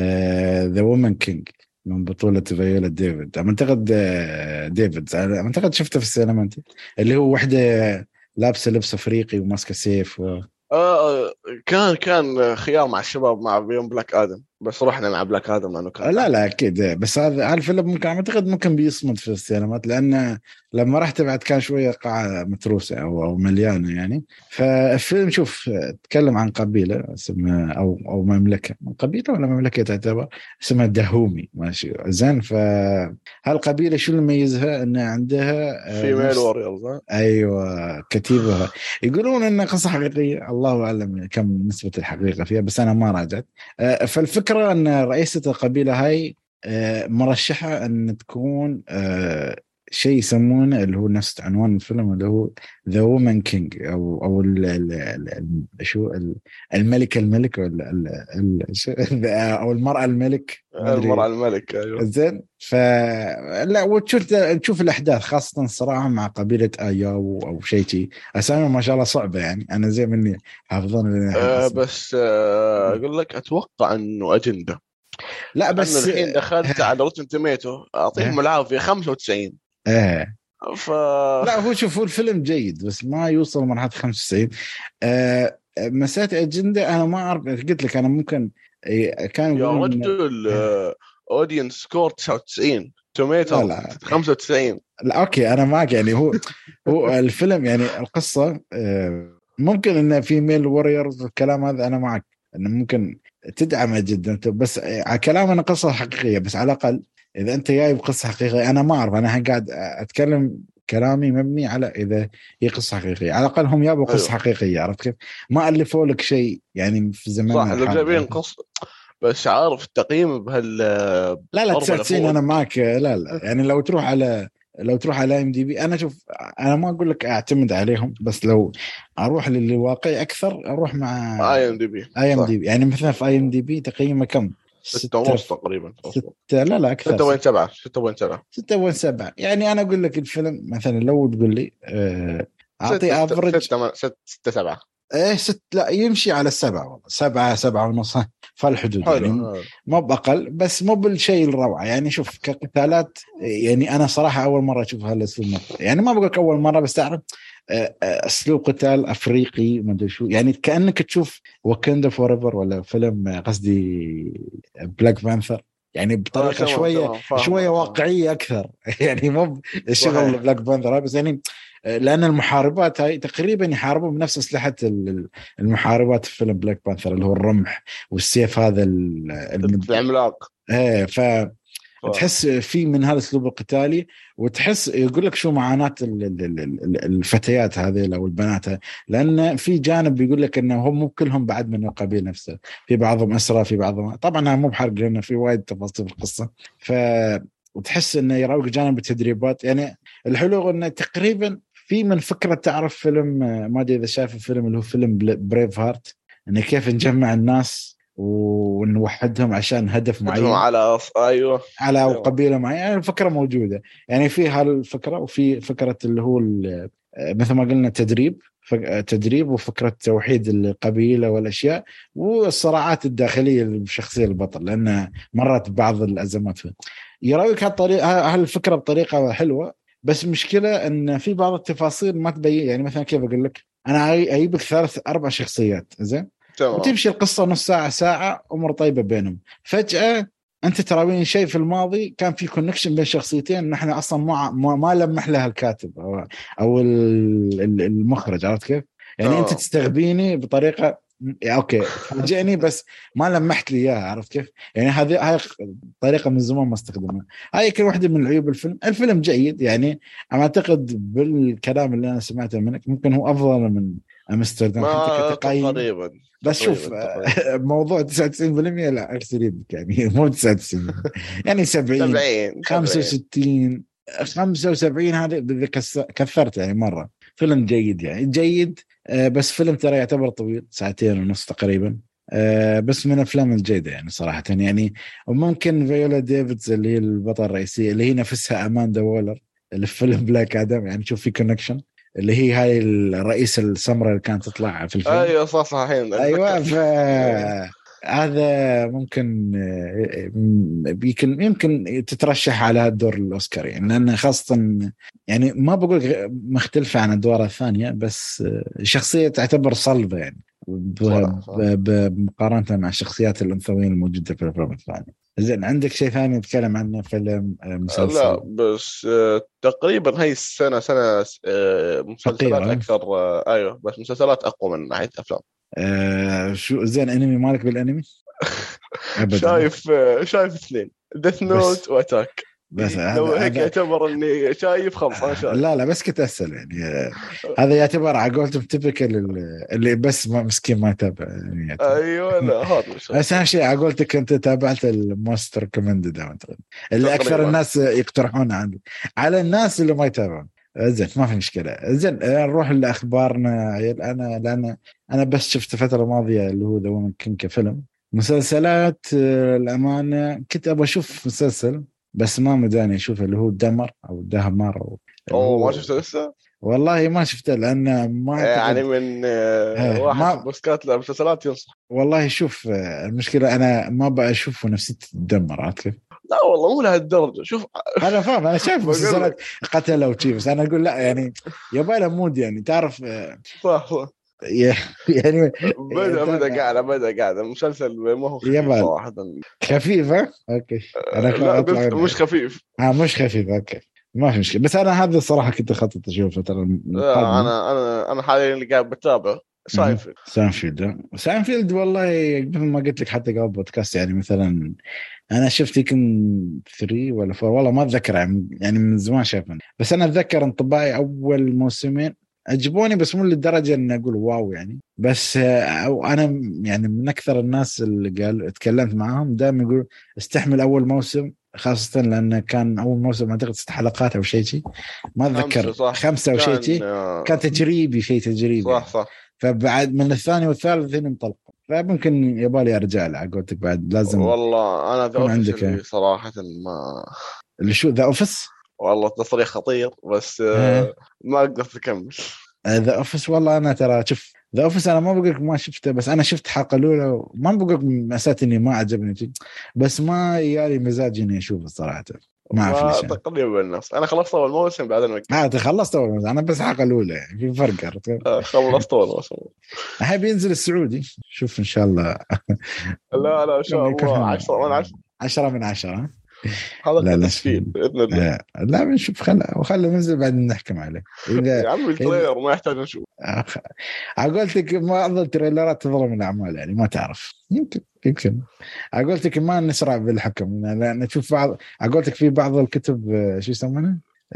ذا وومن كينج من بطولة فيولا ديفيد. أعتقد آه، ديفيد أنا أعتقد شفته في السينما أنت، اللي هو وحدة لابسة لبس أفريقي وماسكة سيف و... آه كان كان خيار مع الشباب مع يوم بلاك ادم، بس رحنا مع بلاك ادم لانه كان لا لا احلى. اكيد، بس هذا هذا الفيلم ممكن اعتقد ممكن بيصمد في السينمات، لان لما رحت بعد كان شويه قاعه متروسه او او مليانه يعني. فالفيلم شوف تكلم عن قبيله اسمها او او مملكه، قبيله ولا مملكه تعتبر، اسمها دهومي ماشي زين. فهالقبيله شو اللي يميزها؟ ان عندها آه، فيميل نفس، ووريرز. ايوه كتيبها. يقولون انها قصه حقيقيه، الله اعلم كم نسبه الحقيقه فيها، بس انا ما راجعت. آه، فالفكره ان رئيسه القبيله هاي آه، مرشحه ان تكون آه، شيء يسمونه اللي هو نفس عنوان الفيلم اللي هو ذا وومن كينج او او ال ال ال شو ال- الملكه الملك ولا ال ال شو- او المراه الملك ما المرأة ادري. الملك ايوه. زين. فلا وتشوف تشوف الاحداث خاصه الصراحه مع قبيله اياو او شيء شي، اسامي ما شاء الله صعبه يعني انا زي مني حافظون لنا الحين آه اسم. بس آه اقول لك اتوقع انه اجنده. لا لانه بس الحين دخلت على روتن توميتو اعطيهم اه العافيه خمسة وتسعين. اه ف لا هو شوف هو الفيلم جيد بس ما يوصل مرحله خمسة وتسعين. آه مسألة أجندة أنا ما أعرف، قلت لك أنا ممكن إيه، كانوا يا يقولون إنه رجل، آه اودينس سكور تسعة وتسعين، لا توميتر لا خمسة وتسعين. لا أوكي أنا معك يعني. هو هو الفيلم يعني القصة آه ممكن إنه في ميل ووريرز والكلام هذا أنا معك إنه ممكن تدعمه جدا، بس على كلام أنا قصة حقيقية، بس على الأقل إذا أنت جايب قصة حقيقية أنا ما أعرف، أنا قاعد أتكلم كلامي مبني على إذا هي قصة حقيقية، على الأقل هم جابوا قصة ايوه حقيقية عرفت كيف؟ ما ألفوا لك شيء يعني في زماننا صح، لو الحالي جايبين عرفت؟ قص. بس عارف التقييم بهال لا لا ضربة تسعة وتسعين لفوق. أنا معك. لا لا يعني لو تروح على لو تروح على ام دي بي انا شوف، انا ما اقول لك اعتمد عليهم، بس لو اروح للي واقعي اكثر اروح مع اي ام دي بي اي ام صح. دي بي. يعني مثلا في اي ام دي بي تقييمه كم؟ ستة ستة ونص في تقريبا ستة، اصبر. لا لا اكثر، ستة وين سبعة ستة وين سبعة. ستة فاصلة سبعة. يعني انا اقول لك الفيلم مثلا لو تقول لي آه، ستة اعطيه ستة افرج ستة ستة ستة سبعة. ايه ست، لا يمشي على السبعة والله، سبعة سبعة ونص في الحدود حلو يعني. ها. مو بأقل بس مو بالشيء الروعة يعني. شوف كقتالات يعني أنا صراحة أول مرة أشوف هالأسلوب مرة. يعني ما بقولك أول مرة بس تعرف آه، آه، أسلوب قتال أفريقي ما أدري شو، يعني كأنك تشوف وكندا فوريفر ولا فيلم آه، قصدي بلاك بانثر، يعني اه بطريقة تمام شوية تمام شوية فاهم فاهم. واقعية أكثر. يعني مو الشغل صحيح. بلاك بانثر بس يعني لأن المحاربات هاي تقريبا يحاربوا بنفس أسلحة المحاربات في فيلم بلاك بانثر اللي هو الرمح والسيف هذا ال- الم... العملاق. ايه ف تحس في من هذا الاسلوب القتالي، وتحس يقول لك شو معاناة الفتيات هذه او البنات، لان في جانب يقول لك انه هم مو كلهم بعد من القبيل نفسه، في بعضهم اسرى، في بعضهم طبعا انا مو بحرق لانه في وايد تفاصيل في القصه. ف وتحس انه يراويك جانب التدريبات. يعني الحلو انه تقريبا في من فكره، تعرف فيلم ما ادري اذا شايف الفيلم اللي هو فيلم بريف هارت، انه كيف نجمع الناس ونوحدهم عشان هدف معين على ايوه على قبيله معينه. الفكره موجوده يعني في هالفكره، وفي فكره اللي هو مثل ما قلنا تدريب تدريب وفكره توحيد القبيله والاشياء، والصراعات الداخليه بشخصيه البطل لان مرت بعض الازمات فيه. يراويك هالطريقه هالفكره بطريقه حلوه، بس مشكله ان في بعض التفاصيل ما تبين. يعني مثلا كيف اقول لك، انا اجيب لك ثلاث اربع شخصيات زين، وتمشي القصه نص ساعه ساعه امور طيبه بينهم، فجاه انت تراوين شيء في الماضي كان في كونكشن بين شخصيتين نحن اصلا ما ما, ما لمح لها الكاتب او او المخرج، عرفت كيف؟ يعني أوه. انت تستغبيني بطريقه اوكي فاجئني بس ما لمحت لي اياها، عرفت كيف؟ يعني هذه هاي طريقه من زمان ما استخدمها. هاي كل واحده من عيوب الفيلم. الفيلم جيد يعني، انا اعتقد بالكلام اللي انا سمعته منك ممكن هو افضل من امستردام حتى تقريبا. بس شوف تقريباً. موضوع تسعة وتسعين بالمية لا اكثر يعني مو تسعة وتسعين يعني سبعين خمسة وستين خمسة وسبعين هذا كثرت يعني مرة. فيلم جيد يعني جيد، بس فيلم ترى يعتبر طويل ساعتين ونص تقريبا، بس من الافلام الجيدة يعني صراحة. يعني وممكن فيولا ديفيدز اللي هي البطل الرئيسية اللي هي نفسها أماندا وولر اللي في فيلم بلاك آدم، يعني شوف في كونكشن، اللي هي هاي الرئيس السمراء اللي كانت تطلع في الفيلم. ايوه صح صحيح ايوه ف هذا ممكن يمكن يمكن تترشح على الدور الأوسكار يعني، لأن خاصة يعني ما بقول مختلفة عن الدور الثانية، بس شخصية تعتبر صلبة يعني بمقارنة مع الشخصيات الأنثويين الموجودة في الفيلم الثاني. زين عندك شيء ثاني نتكلم عنه؟ فيلم مسلسل؟ لا بس تقريبا هاي السنة سنة مسلسلات أكثر. أيوة بس مسلسلات أقوى من ناحية أفلام. آه شو زين أنمي مالك بالأنمي؟ شايف شايف اثنين، ديث نوت وأتاك، بس لو هيك يعتبر اني شايف خمسة انا شايف. لا لا بس كنت اسال يعني هذا يعتبر على قولتهم تيبيكال اللي بس ما مسكين ما يتابع يعني. ايوه لا هذا بس اهم شيء على قولتك انت تابعت الموست ريكومندد اللي اكثر الناس يقترحونه عندي على الناس اللي ما يتابعون. زين ما في مشكله. زين نروح لاخبارنا. انا لان انا بس شفت الفتره الماضيه اللي هو ذا وومن كينج كفيلم. مسلسلات الامانه كنت ابغى اشوف مسلسل بس ما مداني اشوف اللي هو دمر او دهمر او اوه ما شفته لسه والله ما شفته لان ما يعني من واحد ما... بوسكات المسلسلات ينصح. والله شوف المشكله انا ما بقى اشوفه نفسي تدمر، عارف كيف؟ لا والله مو لهالدرجه. شوف انا فاهم انا شايف مسلسلات قتله وشي، بس انا اقول لا يعني يبغى له مود يعني تعرف صح صح يعني بدا بدا قاعد بدا قاعد المسلسل ما هو خفيف صراحه. خفيف ها اوكي انا لا مش خفيف اه مش خفيف اوكي ما في مشكله. بس انا هذا الصراحه كنت خطط اشوفه ترى. انا انا انا حاليا اللي قاعد بتابع ساينفيلد. ساينفيلد ساينفيلد والله مثل ما قلت لك حتى قبل بودكاست يعني مثلا انا شفت يمكن ثلاثة ولا فور والله ما اتذكر يعني من زمان شايفه، بس انا اتذكر انطباعي اول موسمين عجبوني بس مو للدرجه ان اقول واو يعني. بس أو انا يعني من اكثر الناس اللي قال تكلمت معاهم دائما يقول استحمل اول موسم، خاصه لان كان اول موسم اعتقد ست حلقات او شيء شيء ما اتذكر خمسه, خمسة او شيء شيء كان تجريبي شيء تجريبي صح صح. فبعد من الثاني والثالث هنا انطلقوا، فممكن يبالي ارجع له قلت بعد لازم. والله انا ذا اوفيس صراحه ما اللي شو ذا اوفيس والله تصريح خطير بس آه. ما اقدر اكمل ذا اوفيس. والله انا ترى شوف ذا اوفيس انا ما بقولك ما شفته، بس انا شفت حلقه الاولى ما بقولك مسات اني ما عجبني بس ما يالي مزاج اني اشوفه الصراحه ما اعرف ليش. تقريبا الناس انا خلصت اول موسم بعدين وقفت. اه خلصت اول موسم انا بس الحلقه الاولى يعني في فرق آه خلصت اول موسم. احب ينزل السعودي شوف ان شاء الله. لا لا ان شاء الله عشرة من عشرة عشرة من عشرة. هذا لا لا تسكيل باذن الله. آه لا بنشوف، خله وخله ننزل بعد نحكم عليه يا اذا عمي التريلر ما يحتاج نشوف. عقولتك ما افضل تريلرات تظلم الاعمال يعني ما تعرف، يمكن يمكن عقولتك ما نسرع بالحكم لان نشوف بعض عقولتك في بعض الكتب آه، شو يسمونه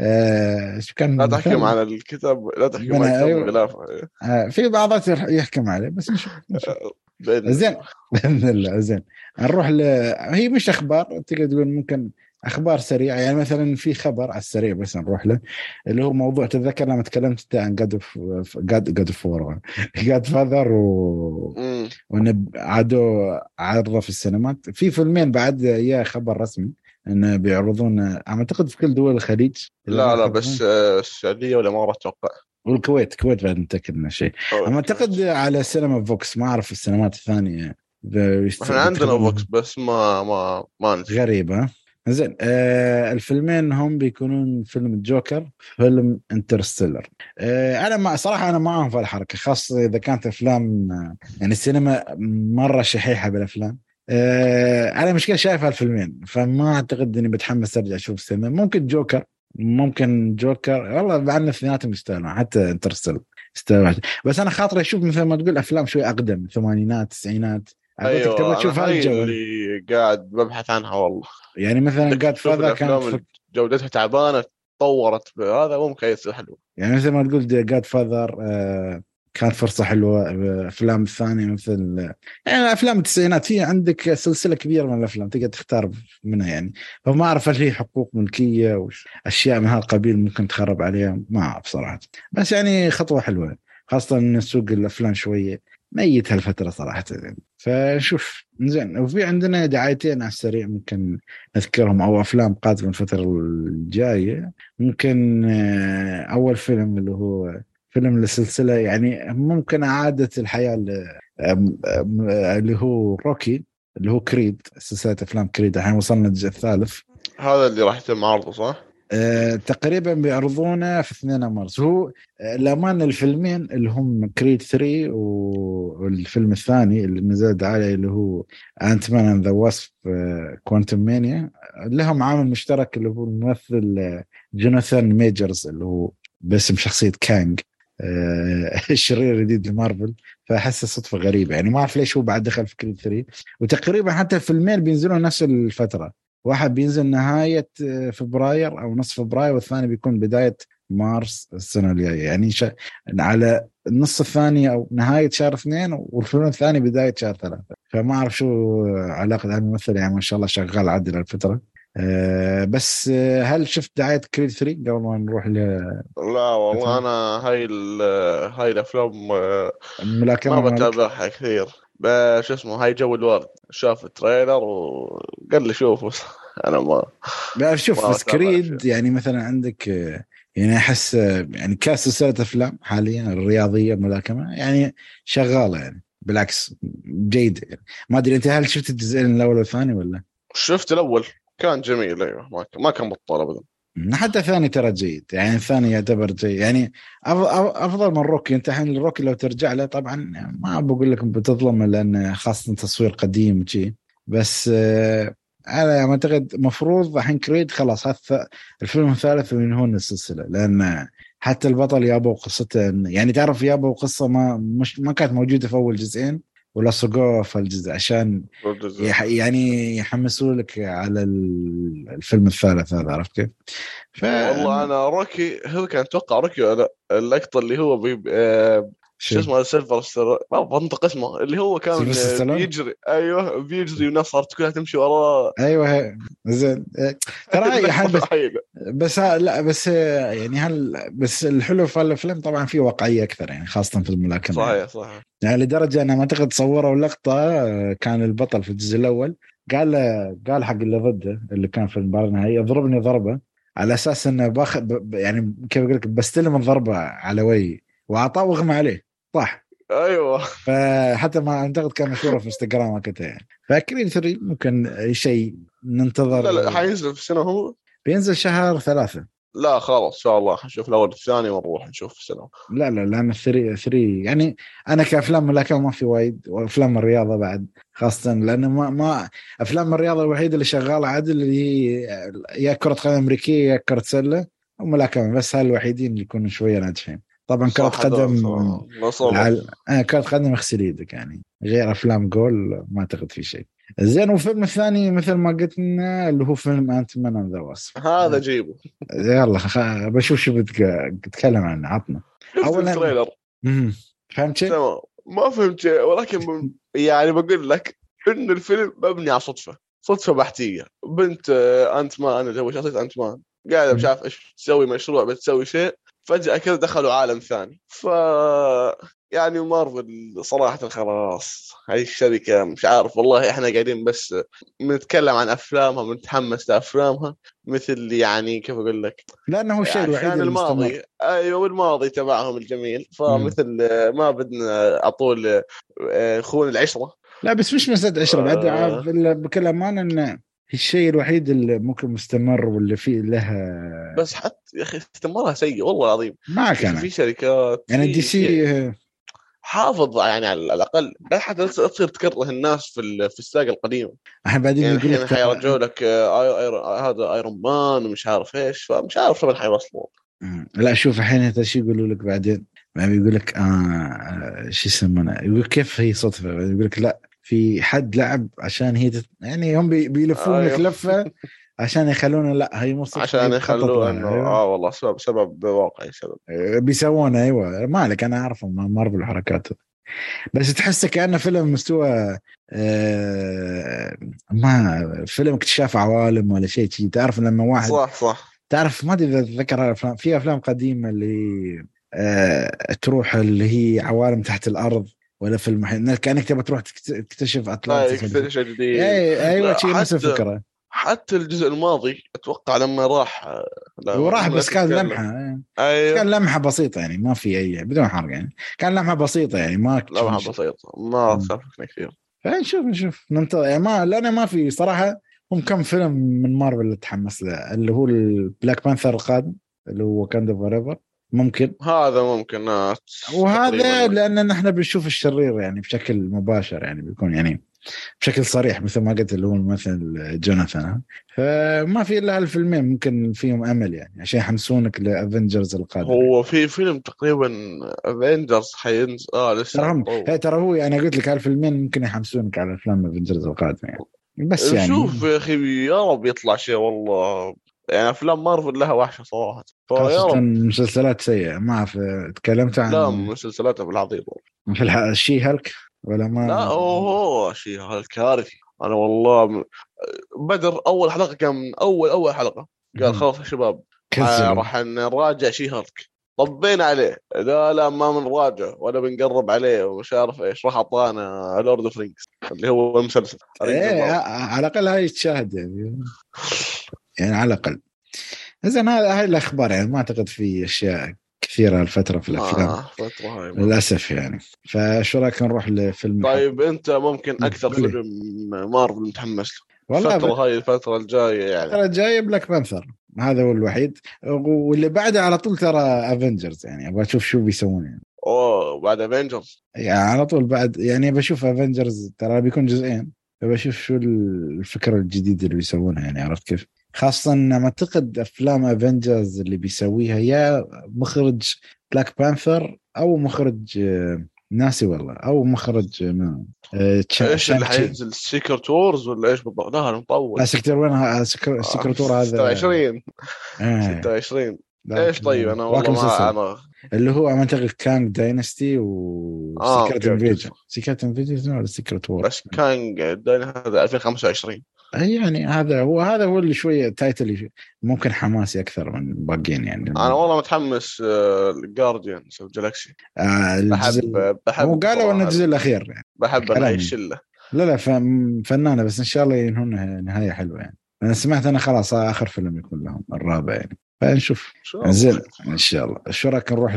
آه شو كان لا تحكم مثال على الكتاب، لا تحكم على منها الكتاب أيوة. بغلافه. آه في بعضات يحكم عليه بس نشوف نشوف باذن زين. الله. باذن الله. زين نروح ل هي مش اخبار تقدر تقول ممكن اخبار سريعه يعني مثلا في خبر على السريع بس نروح له اللي هو موضوع تتذكر لما تكلمت عن جاد اوف جاد جاد فور جاد فاذر و امم وان عادوا عرضه في السينمات في فيلمين بعد يا خبر رسمي انه بيعرضون اعتقد في كل دول الخليج اذا ما لا لا خاب بس ظني آه، السعوديه والامارات اتوقع. والكويت الكويت بعد متاكد من شيء أو اما الكويت. اعتقد على سينما فوكس ما اعرف السينمات الثانيه احنا عندنا فوكس بيتخذون بس ما ما ما ندري. غريبة. زين آه الفيلمين هم بيكونون فيلم الجوكر فيلم انترستيلر. آه انا ما صراحة انا معهم في الحركة خاصة اذا كانت افلام آه يعني السينما مرة شحيحة بالافلام. آه انا مشكلة شايف هالفيلمين فما اعتقد اني بتحمس ارجع اشوف السينما. ممكن جوكر ممكن جوكر والله بعدنا اثنيناتهم يستاهلون حتى انترستيلر يستاهلون. بس انا خاطري اشوف مثل ما تقول افلام شوي اقدم ثمانينات تسعينات عقلتك تبغى ايوه تشوف انا هاي هالجو اللي قاعد ببحث عنها والله. يعني مثلا بدك جاد تشوف فاذر كانت الافلام ف... اللي جودتها تعبانه تطورت بهذا ممكن يصير حلو. يعني مثل ما تقول جاد فاذر آه كانت فرصة حلوة. أفلام الثانية مثل يعني أفلام التسعينات في عندك سلسلة كبيرة من الأفلام تقدر تختار منها يعني. فما أعرف هل هي حقوق ملكية وأشياء من هذا القبيل ممكن تخرب عليها ما أعرف صراحة. بس يعني خطوة حلوة خاصة أن سوق الأفلام شوية ميت هالفترة صراحة يعني. فشوف زين وفي عندنا دعايتين على السريع ممكن نذكرهم أو أفلام قادمة الفترة الجاية. ممكن آه، أول فيلم اللي هو فيلم السلسلة يعني ممكن إعادة الحياة اللي هو روكي اللي هو كريد سلسلة أفلام كريد الحين وصلنا الجزء الثالث. هذا اللي راح يتم عرضه صح؟ أه تقريبا بيعرضونه في اثنين مارس. هو الأمان الفيلمين اللي هم كريد ثري والفيلم الثاني اللي نزل عليه اللي هو أنت مان أند ذا واسب كوانتم مانيا لهم عامل مشترك اللي هو الممثل جوناثان ميجرز اللي هو باسم شخصية كانج أه الشرير الجديد لمارفل. فأحسه صدفة غريبة يعني ما أعرف ليش هو بعد دخل في كريد ثري. وتقريبا حتى الفيلمين بينزلون نفس الفترة واحد بينزل نهاية فبراير أو نصف فبراير والثاني بيكون بداية مارس السنة الجاية يعني شا... على النص الثاني أو نهاية شهر اثنين والفيلم الثاني بداية شهر ثلاثة. فما أعرف شو علاقة هالممثل يعني ما شاء الله شغال عدل الفترة. أه بس هل شفت دعاية كريد ثري قبل ما نروح ل لا والله انا هاي ال هاي الافلام آه، ما الملاكمة مالك؟ بتابعها كثير. بس شو اسمه هاي جو الورد شاف التريلر وقال لي شوف بس انا ما لا شوف ما بس بتابع الاشياء. كريد يعني مثلا عندك آه، يعني احس آه، يعني كسلسله افلام حاليا الرياضيه ملاكمه يعني شغاله يعني بالعكس جيد يعني. ما ادري انت هل شفت الجزئين الاول والثاني ولا؟ شفت الاول كان جميل ايوه ما كان ما كان بطال ابدا. حتى الثاني ترى جيد يعني الثاني يعتبر جيد يعني افضل افضل من روكي. انت الحين الروكي لو ترجع له طبعا ما بقول لك بتظلم لان خاصه تصوير قديم وشي. بس آه، انا اعتقد مفروض الحين كريد خلاص هذا الفيلم الثالث وينهون السلسله لان حتى البطل يابوا قصته يعني تعرف يابوا قصه ما مش ما كانت موجوده في اول جزئين ولا صقوها في الجزء عشان يح يعني يحمسوا لك على الفيلم الثالث هذا عرفت كيف؟ ف والله انا روكي هو كان اتوقع روكي ولا اللقطه اللي هو بي آه، شو شو اسمه سيلفر ستر ما بنطق اسمه اللي هو كان سيلفستر آه، ستالون بيجري ايوه بيجري والناس صارت كلها تمشي وراه. ايوه زين ترى اللقطه يعني بس الوحيده. بس ها لا بس يعني هل بس الحلو في الفيلم طبعا فيه واقعيه اكثر يعني خاصه في الملاكمه يعني, صحيح صحيح. يعني لدرجه انا ما اعتقد صوروا لقطه كان البطل في الجزء الاول قال قال حق اللي ضده اللي كان في المباراه النهائيه اضربني ضربه على اساس انه باخذ يعني كيف اقول لك بستلم الضربه على وجهي واعطاه واغمى عليه صح. ايوه فحتى ما اعتقد كان مشهوره في انستغرام وكذا يعني. فكريد ثري ممكن شيء لا لا ننتظر. حينزل في السنه هو. بينزل شهر ثلاثة لا خلاص ان شاء الله نشوف الاول الثاني ونروح نشوف السينما. لا لا لا، انا ثري ثري يعني. انا كافلام ملاكمه ما في وايد، وافلام الرياضه بعد خاصه، لانه ما ما افلام الرياضه الوحيده اللي شغاله عدل اللي هي يا كره قدم امريكيه يا كره سله وملاكمه، بس هاي الوحيدين اللي يكونوا شويه ناجحين. طبعا كره صح هذا قدم مصابة. العل... آه كره قدم اغسل يدك يعني، غير افلام جول ما اعتقد في شيء زين. وفيلم الثاني مثل ما قلت لنا اللي هو فيلم انت مان اند ذا واسب، هذا جيبه. يلا خ... بشوف شو بتتكلم عنه، عطنا شفت اولا. التريلر؟ امم فهمت شيء؟ تمام ما فهمت شيء، ولكن يعني بقول لك إن الفيلم مبني على صدفة صدفة بحتية. بنت أنت مان، أنا هو شخصية أنت مان قاعدة مش عارف إيش تسوي مشروع بتسوي شيء، فجأة كذا دخلوا عالم ثاني. ف يعني مارفل صراحة خلاص هاي الشركة مش عارف والله، إحنا قاعدين بس بنتكلم عن أفلامها بنتحمس لأفلامها، مثل يعني كيف أقول لك، لانه هو الشيء الوحيد عشان اللي مستمر. الماضي ايوه الماضي تبعهم الجميل، مم. فمثل ما بدنا اطول خون العشره. لا بس مش مسألة عشرة بعد، آه عارف إلا بكل أمانة إن الشيء الوحيد اللي ممكن مستمر واللي فيه لها. بس حتى يا اخي استمرها سيء والله العظيم. معك يا اخي أنا في شركات يعني دي في في سي آه، حافظ يعني على الاقل لا حتى تصير تكره الناس في ال- في الساقه القديمه. الحين بعدين يعني بيقول لك الحين حيرجعوا ترى. لك آه، آي- آي- هذا ايرون مان ومش عارف ايش، فمش عارف شو حيوصلوا. مم. لا شوف الحين هذا شيء يقولوا لك بعدين، ما بيقول لك آه آه، شو يسمونه، يقول كيف هي صدفة، يقول لك لا في حد لعب عشان هي تت... يعني هم بي... بيلفون لك ايوه لفة عشان يخلونا لا هي مو صدفة، هي عشان مخطط يخلوه لها. انه أيوه اه والله سبب سبب واقعي سبب. آه، بيسوونه. ايوه مالك انا اعرفهم مارفل الحركات، بس تحسه كأنه فيلم مستوى آه ما فيلم اكتشاف عوالم ولا شيء شيء. تعرف لما واحد صح صح. تعرف ما ادري اذا تذكر الافلام، في افلام قديمه اللي آه تروح اللي هي عوالم تحت الارض ولا في المحيط، كانك تبغى تروح تكتشف لا اطلانتس ولا شيء. يكتشف جديد. اي ايوه لا شيء نفس حتى الفكره. حتى الجزء الماضي اتوقع لما راح وراح لما لا بس كان تتكلم. لمحه آه. بس كان ايوه لمحه بسيطه يعني، ما في اي بدون حرق يعني، كان لمحه بسيطه يعني ما لمحة اكتشفنا شيء. بسيطة ما سافرنا كثير. فنشوف نشوف ننتظر يعني، ما لأنا ما في صراحة. هم كم فيلم من مارفل اللي تحمس له، اللي هو البلاك بانثر القادم اللي هو وكاندا فوريفر ممكن، هذا ممكن آه، تقريبا وهذا يعني. لأن نحن بنشوف الشرير يعني بشكل مباشر يعني، بيكون يعني بشكل صريح مثل ما قلت اللي هو الممثل جوناثان. فما في إلا هالفيلمين ممكن فيهم أمل يعني عشان يحمسونك لأفنجرز القادم يعني. هو في فيلم تقريبا افنجرز حينزل اه لسه ترى هم مطول. هي ترى هو أنا قلت لك هالفيلمين ممكن يحمسونك على أفلام أفنجرز القادم يعني، بس نشوف يعني يا اخي يا رب يطلع شيء والله. يعني افلام مارفل لها وحشه صراحه، فيا خاصة رب. مسلسلات سيئة. ما أعرف تكلمت لا عن مسلسلاتها بالعظيم. في الح- الشي هلك ولا لا ما؟ اوه شيء هذا الكارثي. انا والله م- بدر اول حلقه كان من اول اول حلقه قال خلاص يا شباب ح- كنسلوا. راح نراجع شي هالك. طبينا عليه لا لا ما بنراجع ولا بنقرب عليه ومش عارف ايش، راح اعطانا لورد اوف رينجز اللي هو المسلسل رينجز اوف ايه باور. على الأقل هاي تشاهد يعني، يعني على الأقل. إذن هذا هاي الأخبار يعني، ما أعتقد في أشياء كثيرة الفترة في الأفلام ما فتره هاي ما. للأسف يعني. فشو رأيك نروح لفيلم الحلقة؟ طيب انت ممكن اكثر قولي. فيلم مارفل متحمس له والله الفتره هاي الفتره الجايه يعني؟ الفترة الجاية بلاك بانثر هذا هو الوحيد، واللي بعده على طول ترى افنجرز يعني، ابغى اشوف شو بيسوون يعني. اوه بعد افنجرز. يعني على طول بعد يعني بشوف افنجرز ترى بيكون جزئين، فبشوف شو الفكرة الجديدة اللي بيسوونها يعني، عرفت كيف؟ خاصة أنا معتقد أفلام افنجرز اللي بيسويها يا مخرج بلاك بانثر أو مخرج آه، ناسي والله، أو مخرج آه، آه، تشا- ايش اللي شانك تشي. حينزل سيكرت وورز ولا ايش بالضبط؟ لا انا لا مطول. سكتر وين ها- سكر- آه، سكرتور هذا. ستة وعشرين آه ستة وعشرين. ذاك ايش طيب انا ذاك والله ما المسلسل انا. اللي هو أعتقد كانج داينستي اه وسيكرت اوكي اوكي انفيجن، صح. سيكرت انفيجن ولا سيكرت وور. بس كان قدامي هذا ألفين وخمسة وعشرين. أي يعني هذا هو هذا هو اللي شوية تايتل ممكن حماسي أكثر من الباقيين يعني. انا والله متحمس جارديانز اوف جالاكسي. آه الجزء بحب هو بحب قالوا أن صراحه الجزء الأخير يعني بحب انا هاي كلام. الشله. لا لا فن- فنانة، بس إن شاء الله ينهون نهاية حلوة يعني. أنا سمعت أنا خلاص آخر فيلم يكون لهم الرابع يعني، فنشوف. ان شاء الله زين خير. إن شاء الله. شو رأيك نروح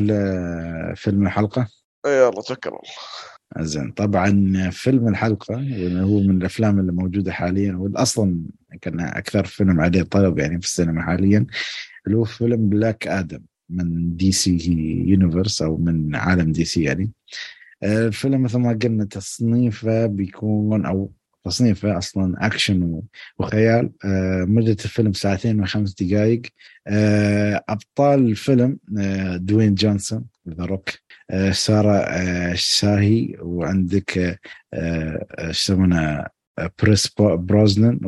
لفيلم الحلقة؟ يلا توكل الله. زين طبعا فيلم الحلقة هو من الأفلام اللي موجودة حاليا، والأصلا كان أكثر فيلم عليه طلب يعني في السينما حاليا، اللي هو فيلم بلاك آدم من دي سي يونيفرس أو من عالم دي سي يعني. الفيلم مثل ما قلنا تصنيفه بيكون أو تصنيفه أصلا أكشن وخيال. مدة الفيلم ساعتين وخمس دقائق. أبطال الفيلم دوين جونسون ذا روك، سارة شاهي، وعندك شسمونه بريس بروزنان،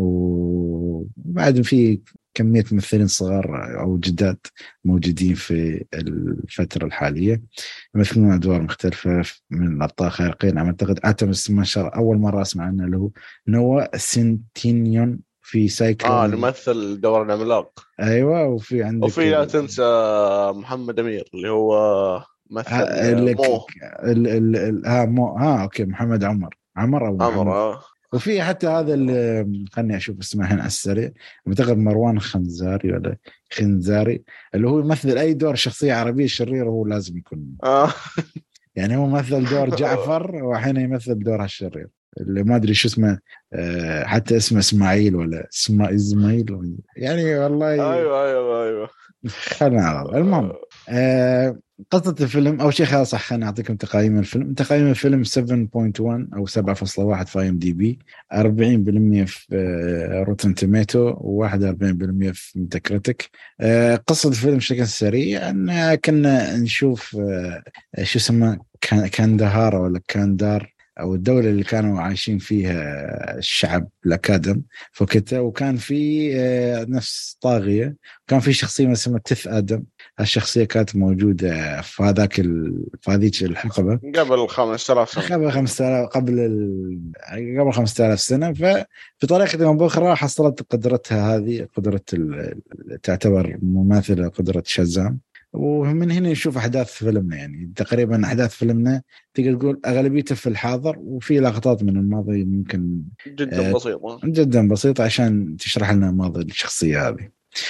وبعد في كمية ممثلين صغار أو جداد موجودين في الفترة الحالية يمثلون أدوار مختلفة من الأبطال الخارقين. أعتقد أعتمد ما شاء الله أول مرة أسمع عنه اللي هو نوا سنتينيون في سايكل. آه نمثل دور العملاق. أيوة. وفي عندك وفي لا تنسى محمد أمير اللي هو مثل مو ال ال ال ها مو ها أوكي محمد عمر عمر أو عمر محمد. آه. وفي حتى هذا اللي خلني أشوف اسمه هنا على السريع، أعتقد مروان خنزاري ولا خنزاري، اللي هو يمثل أي دور شخصية عربية شريرة هو لازم يكون آه. يعني هو مثل دور جعفر وحين يمثل دور الشرير اللي ما أدري شو اسمه. أه حتى اسمه إسماعيل ولا اسمه إسماعيل يعني والله. أيوة أيوة أيوة. خلنا على المهم. أه قصة الفيلم أول شيء خلاص خلينا أعطيكم تقييم الفيلم. تقييم الفيلم سبعة فاصلة واحد أو سبعة فاصلة واحد في إم دي بي، أربعين بالمئة في روتن توميتو، وواحد وأربعين بالمئة في ميتاكريتيك. أه قصة الفيلم بشكل سريع أن كنا نشوف أه شو اسمه كاندهار ولا كاندار أو الدولة اللي كانوا عايشين فيها الشعب الأكادم فوقتها، وكان في نفس طاغية، كان في شخصية اسمها تث آدم. هالشخصية كانت موجودة في هذاك ال... في هذيك الحقبة قبل خمسة آلاف سنة قبل خمسة آلاف قبل ال... قبل خمسة آلاف سنة. فبطريقة أو بأخرى حصلت قدرتها هذه قدرة ال... تعتبر مماثلة قدرة شازام. ومن هنا نشوف أحداث فيلمنا يعني تقريبا أحداث فيلمنا تقدر تقول أغلبيته في الحاضر وفي لقطات من الماضي ممكن جدا آه بسيطة جدا بسيطة عشان تشرح لنا ماضي الشخصية هذه.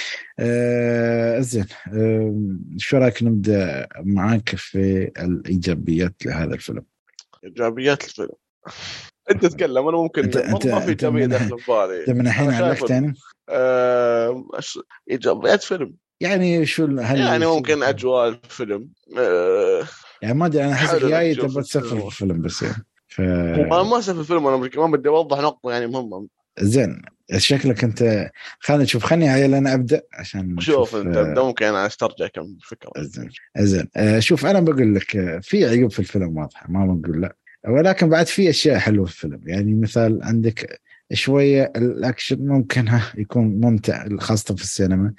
آه زين. آه شو رأيك نبدأ معاك في الإيجابيات لهذا الفيلم؟ إيجابيات الفيلم أنت تتكلم أنا ممكن أنت أنت ما في إيجابية داخل في بالي. أنت من الحين علقت يعني آه إيجابيات فيلم يعني شو هل يعني ممكن أجواء الفيلم آه يعني ما أدري أنا أحسك جاي تبغى تسفر في الفيلم بس يعني ف... ما ما أسف الفيلم أنا ما بدي أوضح نقطة يعني مهمة. زين شكلك أنت خلينا نشوف خلني هاي أنا أبدأ عشان شوف أنت أبدأ ممكن أنا أسترجع كم فكرة. زين زين آه شوف أنا بقول لك في عيوب في الفيلم واضحة ما بقول لا، ولكن بعد في أشياء حلوة في الفيلم. يعني مثال عندك شوية الأكشن ممكن يكون ممتع خاصة في السينما.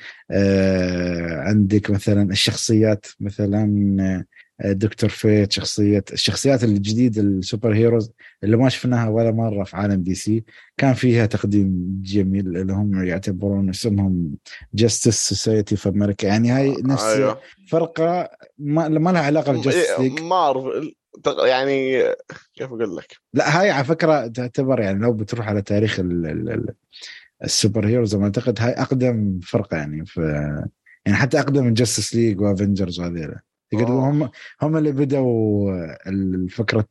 آه عندك مثلا الشخصيات مثلا دكتور فيت شخصية الشخصيات الجديدة السوبر هيروز اللي ما شفناها ولا مرة في عالم دي سي كان فيها تقديم جميل اللي هم يعتبرون اسمهم جاستس سوسايتي في أمريكا. يعني هاي نفس أيوة. فرقة ما, ما لها علاقة بجاستس ليج ما أعرف يعني كيف أقول لك. لا هاي على فكرة تعتبر يعني لو بتروح على تاريخ ال ال ال السوبر هيروز ما أعتقد هاي أقدم فرقة يعني في يعني حتى أقدم من جاستس ليج وافنجرز وهذيلا تقدر هم هم اللي بدأوا الفكرة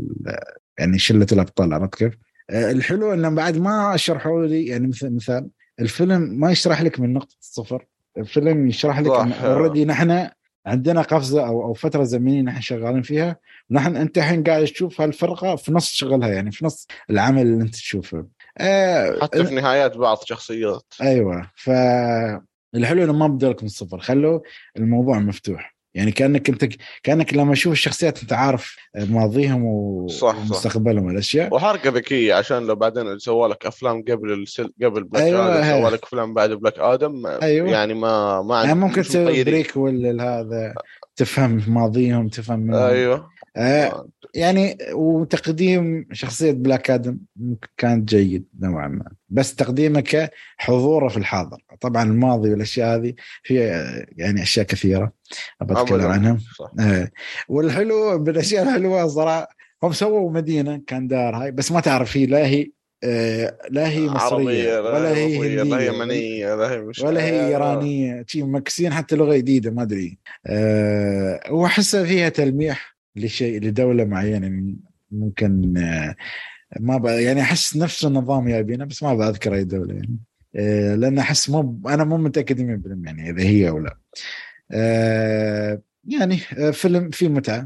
يعني شلة الأبطال. عرفت كيف؟ الحلو إنه بعد ما شرحوا لي يعني مثل مثال الفيلم ما يشرح لك من نقطة الصفر. الفيلم يشرح لك إن أوريدي نحن عندنا قفزة أو أو فترة زمنية نحن شغالين فيها ونحن أنت الحين قاعد تشوف هالفرقة في نص شغلها يعني في نص العمل اللي أنت تشوفه أه حتى في نهايات بعض شخصيات. أيوة فالحلو إنه ما بدألك من الصفر خلوا الموضوع مفتوح يعني كأنك أنت كأنك لما أشوف الشخصيات أنت عارف ماضيهم ومستقبلهم والأشياء. وحركة ذكية عشان لو بعدين سووا لك أفلام قبل السل قبل بلاك أيوة آدم سووا لك أفلام بعد بلاك آدم أيوة. يعني ما ما يعني ممكن تسوي بريك ولا هذا تفهم ماضيهم تفهم منهم. أيوة آه يعني وتقديم شخصية بلاك آدم كانت جيد نوعا ما بس تقديمك حضوره في الحاضر. طبعا الماضي والأشياء هذه في يعني أشياء كثيرة أتكلم عنها. آه والحلو بالأشياء الحلوة صراحة هم سووا مدينة كاندار هاي بس ما تعرف هي لا هي آه لا هي مصرية ولا هي هندية لا هي يمنية لا هي, ولا هي إيرانية شيء مكسين حتى لغة جديدة ما أدري. أه وأحسها فيها تلميح لشيء لدولة معينة ممكن أه ما بقى يعني أحس نفس النظام يابينا بس ما بأذكر أي دولة يعني آه لأن أحس مو أنا مو متأكد مية بالمية يعني إذا هي أو لا. آه يعني آه فيلم فيه متعة،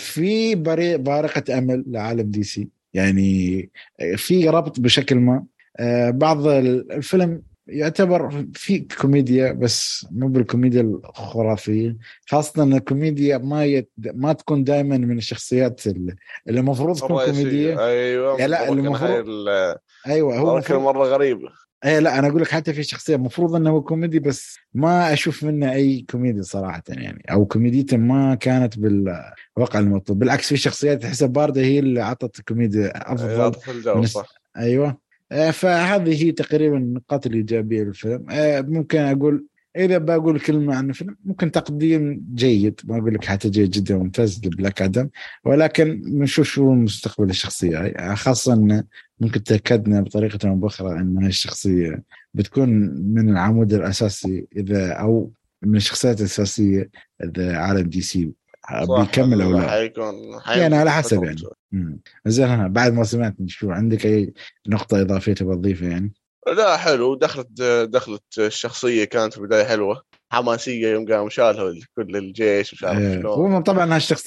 في بري- بارقة أمل لعالم دي سي يعني، آه، في ربط بشكل ما. آه بعض الفيلم يعتبر في كوميديا بس مو بالكوميديا الخرافية، خاصة أن الكوميديا ما يت... ما تكون دائما من الشخصيات اللي اللي المفروض تكون كوميدية. الرئيسية أيوة يا لا اللي بالضبط، أنا هاي المفروض، ال- ايوه هو الحركة المفروض، مرة غريبة. ايه لا انا اقول لك حتى في شخصيه المفروض انه كوميدي بس ما اشوف منه اي كوميدي صراحه يعني، او كوميديته ما كانت بالواقع المطلوب، بالعكس في شخصيات تحسها بارده هي اللي عطت كوميديا افضل يعطف الجو من الس... صح. ايوه. آه، فهذه هي تقريبا النقاط الايجابيه للفيلم. آه، ممكن اقول اذا بقول كلمه عن الفيلم ممكن تقديم جيد، ما اقول لك حتى جيد جدا ممتاز لبلاك ادم، ولكن بنشوف شو مستقبل الشخصيه هاي، خاصه ان ممكن تأكدنا بطريقة أو بأخرى أن هاي الشخصية بتكون من العمود الأساسي إذا، أو من الشخصيات الأساسية إذا عالم دي سي صح، بيكمل أو ال- لا. حيكون يعني على حيمسك حسب الفترة يعني. الجاية. مم. زين أنا بعد ما سمعت شو عندك أي نقطة إضافية تبغى تضيفها يعني؟ لا حلو، دخلت دخلت الشخصية كانت في البداية حلوة حماسية، يوم قام شالها كل الجيش مش عارف آه هو شلون. طبعا هالشخص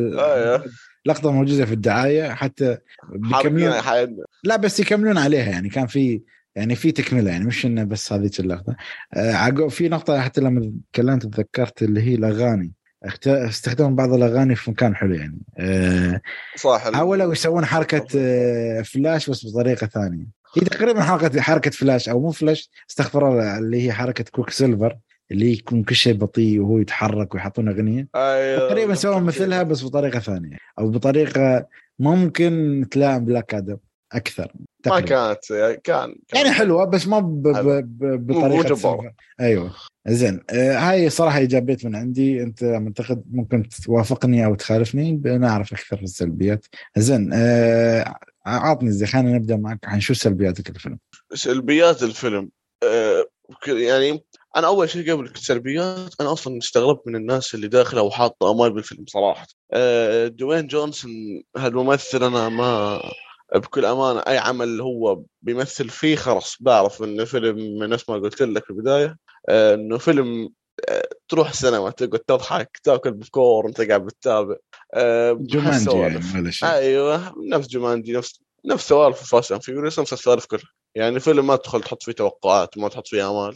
ايه هاللقطة موجودة في الدعاية حتى حارقين بيكملون. حياتنا. لا بس يكملون عليها يعني، كان في يعني في تكملة يعني، مش انه بس هذيك اللقطة. آه عقب في نقطة حتى لما تكلمت تذكرت اللي هي الأغاني، اخت- استخدموا بعض الأغاني في مكان حلو يعني. آه صح حاولوا ال... يسوون حركة آه فلاش بس بطريقة ثانية، هي تقريبا حركة حركة فلاش أو مو فلاش، استغفر الله، اللي هي حركة كوك سيلفر اللي يكون كل شيء بطيء وهو يتحرك ويحطون أغنية. ايوه تقريبا سووا الترتيب. مثلها بس بطريقة ثانية أو بطريقة ممكن تلائم بلاك آدم أكثر ما تقريبا. كانت كان يعني كان حلوة بس ما ب... ب... حلو، ب... مو مو بطريقة جبار. سيلفر. أيوة. زين آه هاي صراحة إيجابيات من عندي، أنت معتقد ممكن توافقني أو تخالفني، بنعرف أكثر في السلبيات. زين آه عطني زي، خلينا نبدأ معك عن شو سلبياتك الفيلم. سلبيات الفيلم آه يعني، انا اول شيء قبل السلبيات، انا اصلا استغربت من الناس اللي داخله وحاطه امال بالفيلم صراحه. آه دوين جونسون هالممثل، انا ما بكل امانه اي عمل هو بيمثل فيه خلاص بعرف انه فيلم من نفس ما قلت لك في البدايه، آه انه فيلم آه تروح السينما تقعد تضحك تاكل بفكور وانت قاعد بتتابع آه جومانجي يعني هالسوالف. ولا شيء؟ ايوه نفس جومانجي، نفس نفس سوالف فاست اند فيوريوس، نفس السوالف كلها. يعني فيلم ما تدخل تحط فيه توقعات، ما تحط فيه امال.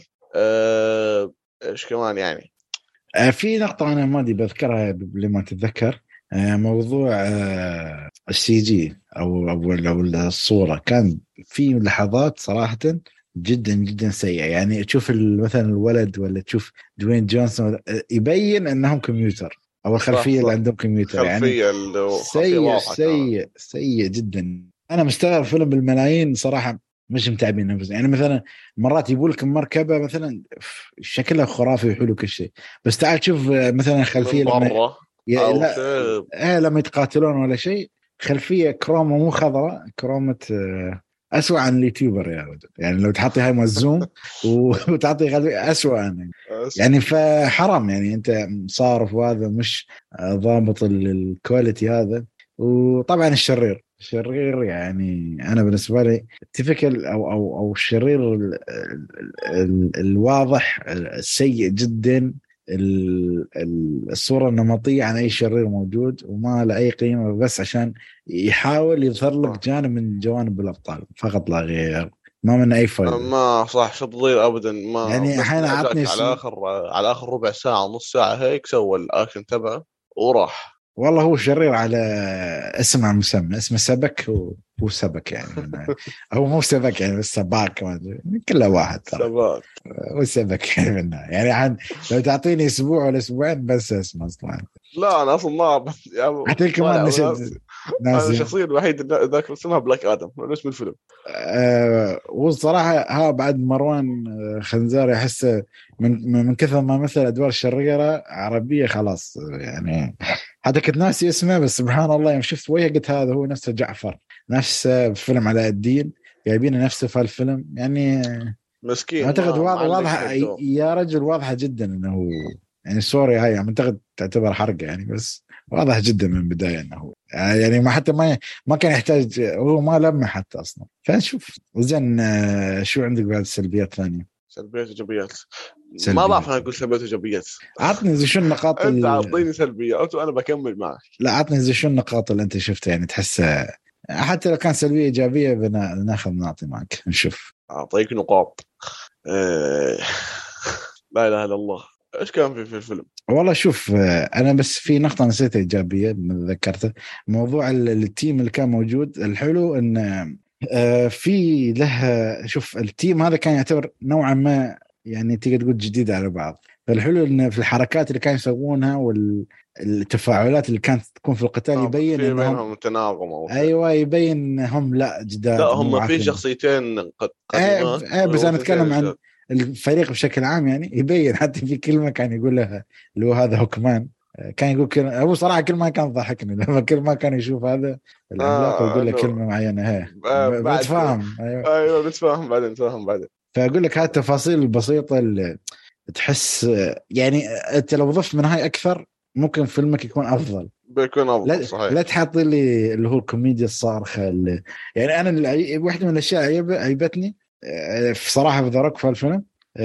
آه، ايش كمان يعني. آه في نقطة أنا ما أدري بذكرها لما تتذكر، آه موضوع آه السي جي أو أو أو الصورة، كان في لحظات صراحة جدا جدا سيئة يعني، تشوف ال- مثلا الولد ولا تشوف دوين جونسون آه، يبين أنهم كمبيوتر، أو صح الخلفية اللي صح، عندهم كمبيوتر يعني. خلفيه الخلفيه سيء واضحه كانت. سيء سيء جدا. انا مستغرب فيلم بالملايين صراحه مش متعبين نفسهم يعني، مثلا مرات يبوا لك مركبه مثلا شكلها خرافي وحلو كل شيء، بس تعال تشوف مثلا من خلفيه لما برا ي... او لا شيء. آه لما يتقاتلون ولا شيء، خلفيه كرومه مو خضراء، كرومه آه، أسوأ عن اليوتيوبر يا رجل يعني، لو تحطي هاي مزوم وتعطي خلفيه أسوأ عنه بس يعني. فحرام يعني انت صارف، وهذا مش آه، ضابط ال- الكواليتي هذا. وطبعا الشرير الشرير يعني انا بالنسبه لي تفكل او او او الشرير ال ال ال الواضح السيء جدا، ال- ال- الصوره النمطيه عن اي شرير موجود وما له اي قيمه، بس عشان يحاول يظهر لك جانب من جوانب الابطال فقط لا غير، ما من اي فائده ما صح شطير ابدا، ما يعني. بس احيانا ما عطني جاك على اسم. اخر على اخر ربع ساعه نص ساعه هيك سوى الاكشن تبعه وراح. والله هو شرير على اسم على مسمى، اسمه سبك و- هو سبك يعني من، هو مو سبك يعني بس سباك كمان، كله واحد ترى. سباق. هو سبك يعني منه يعني عن، لو تعطيني اسبوع ولا اسبوعين بس اسمه اصلا. لا انا اصلا ما ب- يعني حتى كمان طالع نشد نفسي. انا ناسي. الشخصيه الوحيده ذاك اسمها بلاك ادم اسم الفيلم. آه والصراحة ها بعد مروان آه، خنزاري أحسه من من كثر ما مثل أدوار شريرة عربية خلاص يعني، حتى كنت ناسي اسمه، بس سبحان الله يوم شفت وجهه قلت هذا هو نفسه جعفر، نفسه بفيلم علاء الدين، جايبينه نفسه في الفيلم يعني. مسكين أعتقد ما واضح معلق واضحة الدور. يا رجل، واضحة جدا إنه يعني، سوري هاي أعتقد تعتبر حرقة يعني، بس واضح جدا من البدايه انه هو يعني ما حتى ما ما كان يحتاج، هو ما لمح حتى اصلا. فنشوف زين. شو عندك بعد سلبيات ثانيه؟ سلبيات وإيجابيات ما سلبيات. بعرف أنا أقول سلبيات وإيجابيات. عطني زي شو النقاط أنت ال... أعطيني سلبيات وأنا بكمل معك. لا عطني زي شو النقاط اللي انت شفتها يعني تحسها، حتى لو كان سلبيه ايجابيه بناخذ نعطي معك نشوف. أعطيك نقاط. أه... لا إله إلا الله. إيش كان في في الفيلم؟ والله شوف انا بس في نقطه نسيتها ايجابيه من ذكرتها، موضوع التيم اللي كان موجود. الحلو ان في له، شوف التيم هذا كان يعتبر نوعا ما يعني تقدر تقول جديد على بعض. فالحلو ان في الحركات اللي كانوا يسوونها والتفاعلات اللي كانت تكون في القتال يبين في انهم بينهم تناغم. ايوه يبين انهم لا جداد لا مو هم في عارفين. شخصيتين قد ايه قديمات. ايه بس انا اتكلم عن الفريق بشكل عام، يعني يبين حتى في كلمه كان يقولها اللي هو هذا هوكمان، كان يقول كلمه هو صراحه كل ما كان ضحكني لما كل ما كان يشوف هذا العملاق آه ويقول له انه كلمه معينه هي آه بعد بتفهم. ايوه ايوه بنتفاهم بعدين نتفاهم بعدين. فاقول لك هذه التفاصيل البسيطه اللي تحس يعني انت لو ضفت من هاي اكثر ممكن فيلمك يكون افضل، بيكون افضل لا صحيح. لا تحط لي اللي هو الكوميديا الصارخه اللي يعني انا اللي واحده من الاشياء عيب عيبتني في صراحه في ذا روك في الفيلم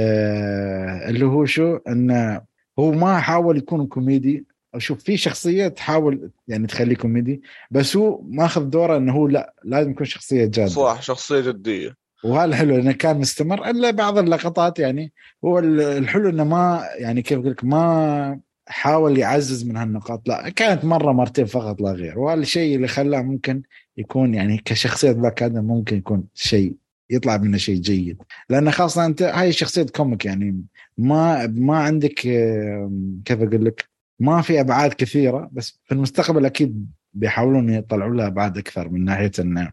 آه اللي هو شو انه هو ما حاول يكون كوميدي. اشوف في شخصيه تحاول يعني تخليه كوميدي بس هو ماخذ دوره انه هو لا لازم يكون شخصيه جاده. صح شخصيه جديه. وهذا حلو انه كان مستمر الا بعض اللقطات. يعني هو الحلو انه ما يعني كيف اقول لك ما حاول يعزز من هالنقاط، لا كانت مره مرتين فقط لا غير. وهذا الشيء اللي خلاه ممكن يكون يعني كشخصيه بلاك ادم ممكن يكون شيء يطلع منه شيء جيد، لأن خاصة أنت هاي شخصية كوميك يعني ما ما عندك كيف أقول لك ما في أبعاد كثيرة، بس في المستقبل أكيد بيحاولون يطلعوا لها أبعاد أكثر من ناحية أنه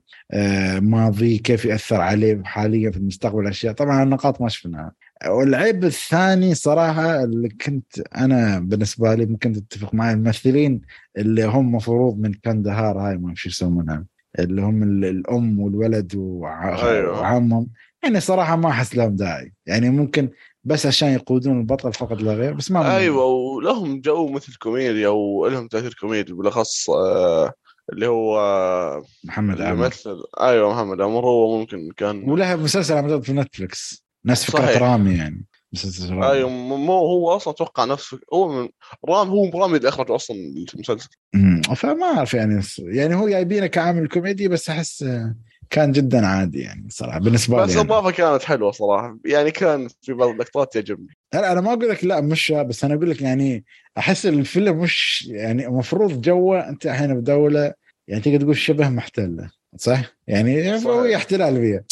ماضي كيف يأثر عليه حاليا في المستقبل أشياء. طبعا النقاط ما شفناها. والعيب الثاني صراحة اللي كنت أنا بالنسبة لي ممكن تتفق معي الممثلين اللي هم مفروض من كندهار هاي ما في يسمونها اللي هم الأم والولد وعمهم يعني صراحة ما أحس لهم داعي يعني ممكن بس عشان يقودون البطل فقط لا غير بس ما أيوة ولهم جو مثل كوميديا ولهم تأثير كوميدي بالأخص آه اللي هو آه محمد اللي عمر. مثل أيوة محمد عمر هو ممكن كان ولها مسلسل عمل في نتفليكس نفس فكرة صحيح. رامي يعني مسلسل رامي. أيوة مو هو أصلا توقع نفسه هو من رام هو رامي اللي أخرج أصلا المسلسل. امم فما أعرف يعني يعني هو جايبينه كعامل كوميدي بس أحس كان جدا عادي يعني صراحة بالنسبة لي. بس الإضافة كانت حلوة صراحة يعني كان في بعض اللقطات تعجبني. لا أنا ما أقول لك لا مش بس أنا أقول لك يعني أحس الفيلم مش يعني مفروض جوه أنت الحين بدولة يعني تقدر تقول شبه محتلة صح يعني هو احتلال فيها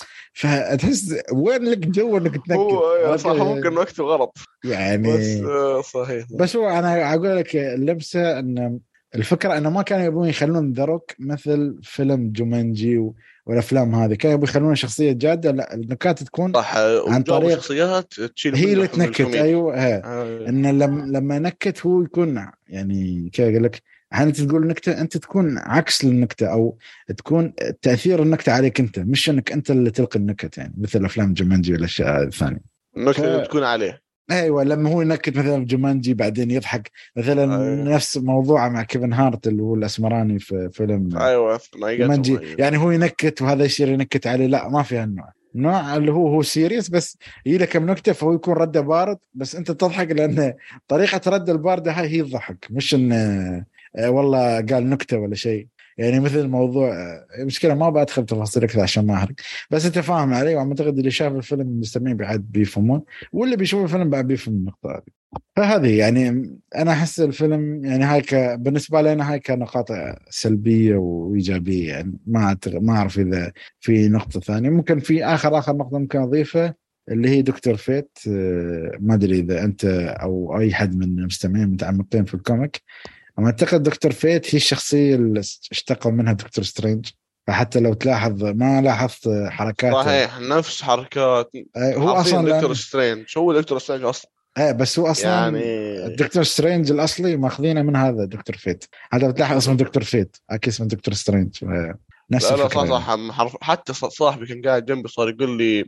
فتحس وين لك جو انك تنكد. هو صح ممكن نكتب غلط يعني بس صحيح. بس هو انا اقول لك اللبسه ان الفكره انه ما كانوا يبون يخلون ذا روك مثل فيلم جومانجي والافلام هذه كانوا يبون يخلون شخصيه جاده لا النكات تكون صح عن طريق شخصيات تشيل هي اللي تنكت. ايوه آه. ان لما لما نكت هو يكون يعني كيف اقول لك أحيانا تقول نكتة أنت تكون عكس النكتة أو تكون تأثير النكتة عليك أنت مش أنك أنت اللي تلقي النكت يعني مثل أفلام جومانجي والأشياء الثانية النكتة ف... تكون عليه. أيوة لما هو ينكت مثلا جومانجي بعدين يضحك مثلا أيوة. نفس موضوع مع كيفن هارت اللي هو الأسمراني في فيلم أيوة جومانجي يعني هو ينكت وهذا يصير ينكت عليه لا ما في هالنوع نوع اللي هو هو سيريس بس يجي لك نكتة فهو يكون رده بارد بس أنت تضحك لأن طريقة رد الباردة هاي هي الضحك مش إن والله قال نكتة ولا شيء يعني مثل الموضوع مشكلة ما بدخل تفاصيل أكثر عشان ما أحرق بس أنت فاهم علي وأعتقد اللي شاف الفيلم المستمعين بعد بيفهمون واللي بيشوف الفيلم بعد بيفهم النقطة هذه. فهذه يعني أنا أحس الفيلم يعني هاي ك بالنسبة لنا هاي كنقاط سلبية وإيجابية يعني ما ما أعرف إذا في نقطة ثانية ممكن في آخر آخر نقطة ممكن أضيفها اللي هي دكتور فيت. ما أدري إذا أنت أو أي حد من المستمعين متعمقين في الكوميك أما أعتقد دكتور فيت هي الشخصية اللي اشتقوا منها دكتور سترينج فحتى لو تلاحظ ما لاحظت حركاته صحيح نفس حركات هو أصلا دكتور سترينج هو دكتور سترينج أصلا ايه بس هو اصلا يعني الدكتور سترينج الاصلي ماخذينه من هذا دكتور فيت هذا بتلاحظ اسمه دكتور فيت اكيد اسمه دكتور سترينج نفس لا الفكره لا صح صح حتى صاحبي كان قاعد جنبي صار يقول لي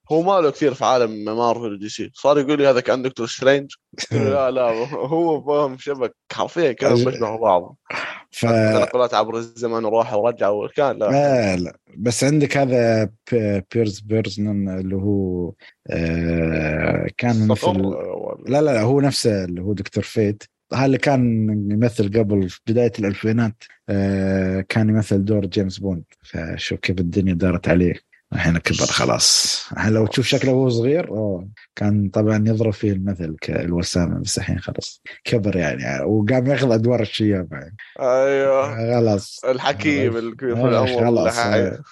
هو ما له كثير في عالم مارفل ودي سي، صار يقول لي هذا كان دكتور سترينج، قلت له لا لا هو فاهم شبك حرفيا كانوا بيشبهوا بعض، ف تنقلات عبر الزمن وراح ورجع وكان لا حلو. لا لا بس عندك هذا ب- بيرز بيرزنن اللي هو آه كان الصقر مثل، ولا- لا لا لا هو نفسه اللي هو دكتور فيت، هذا اللي كان يمثل قبل في بداية الألفينات، آه كان يمثل دور جيمس بوند. فشوف كيف الدنيا دارت عليه، الحين كبر خلاص. الحين لو تشوف شكله وهو صغير أوه كان طبعا يضرب فيه المثل كالوسامة، بس الحين خلاص كبر يعني وقام ياخذ أدوار الشياب يعني. ايوه خلاص الحكيم اللي في آه العمر اللي خلاص حي... آه.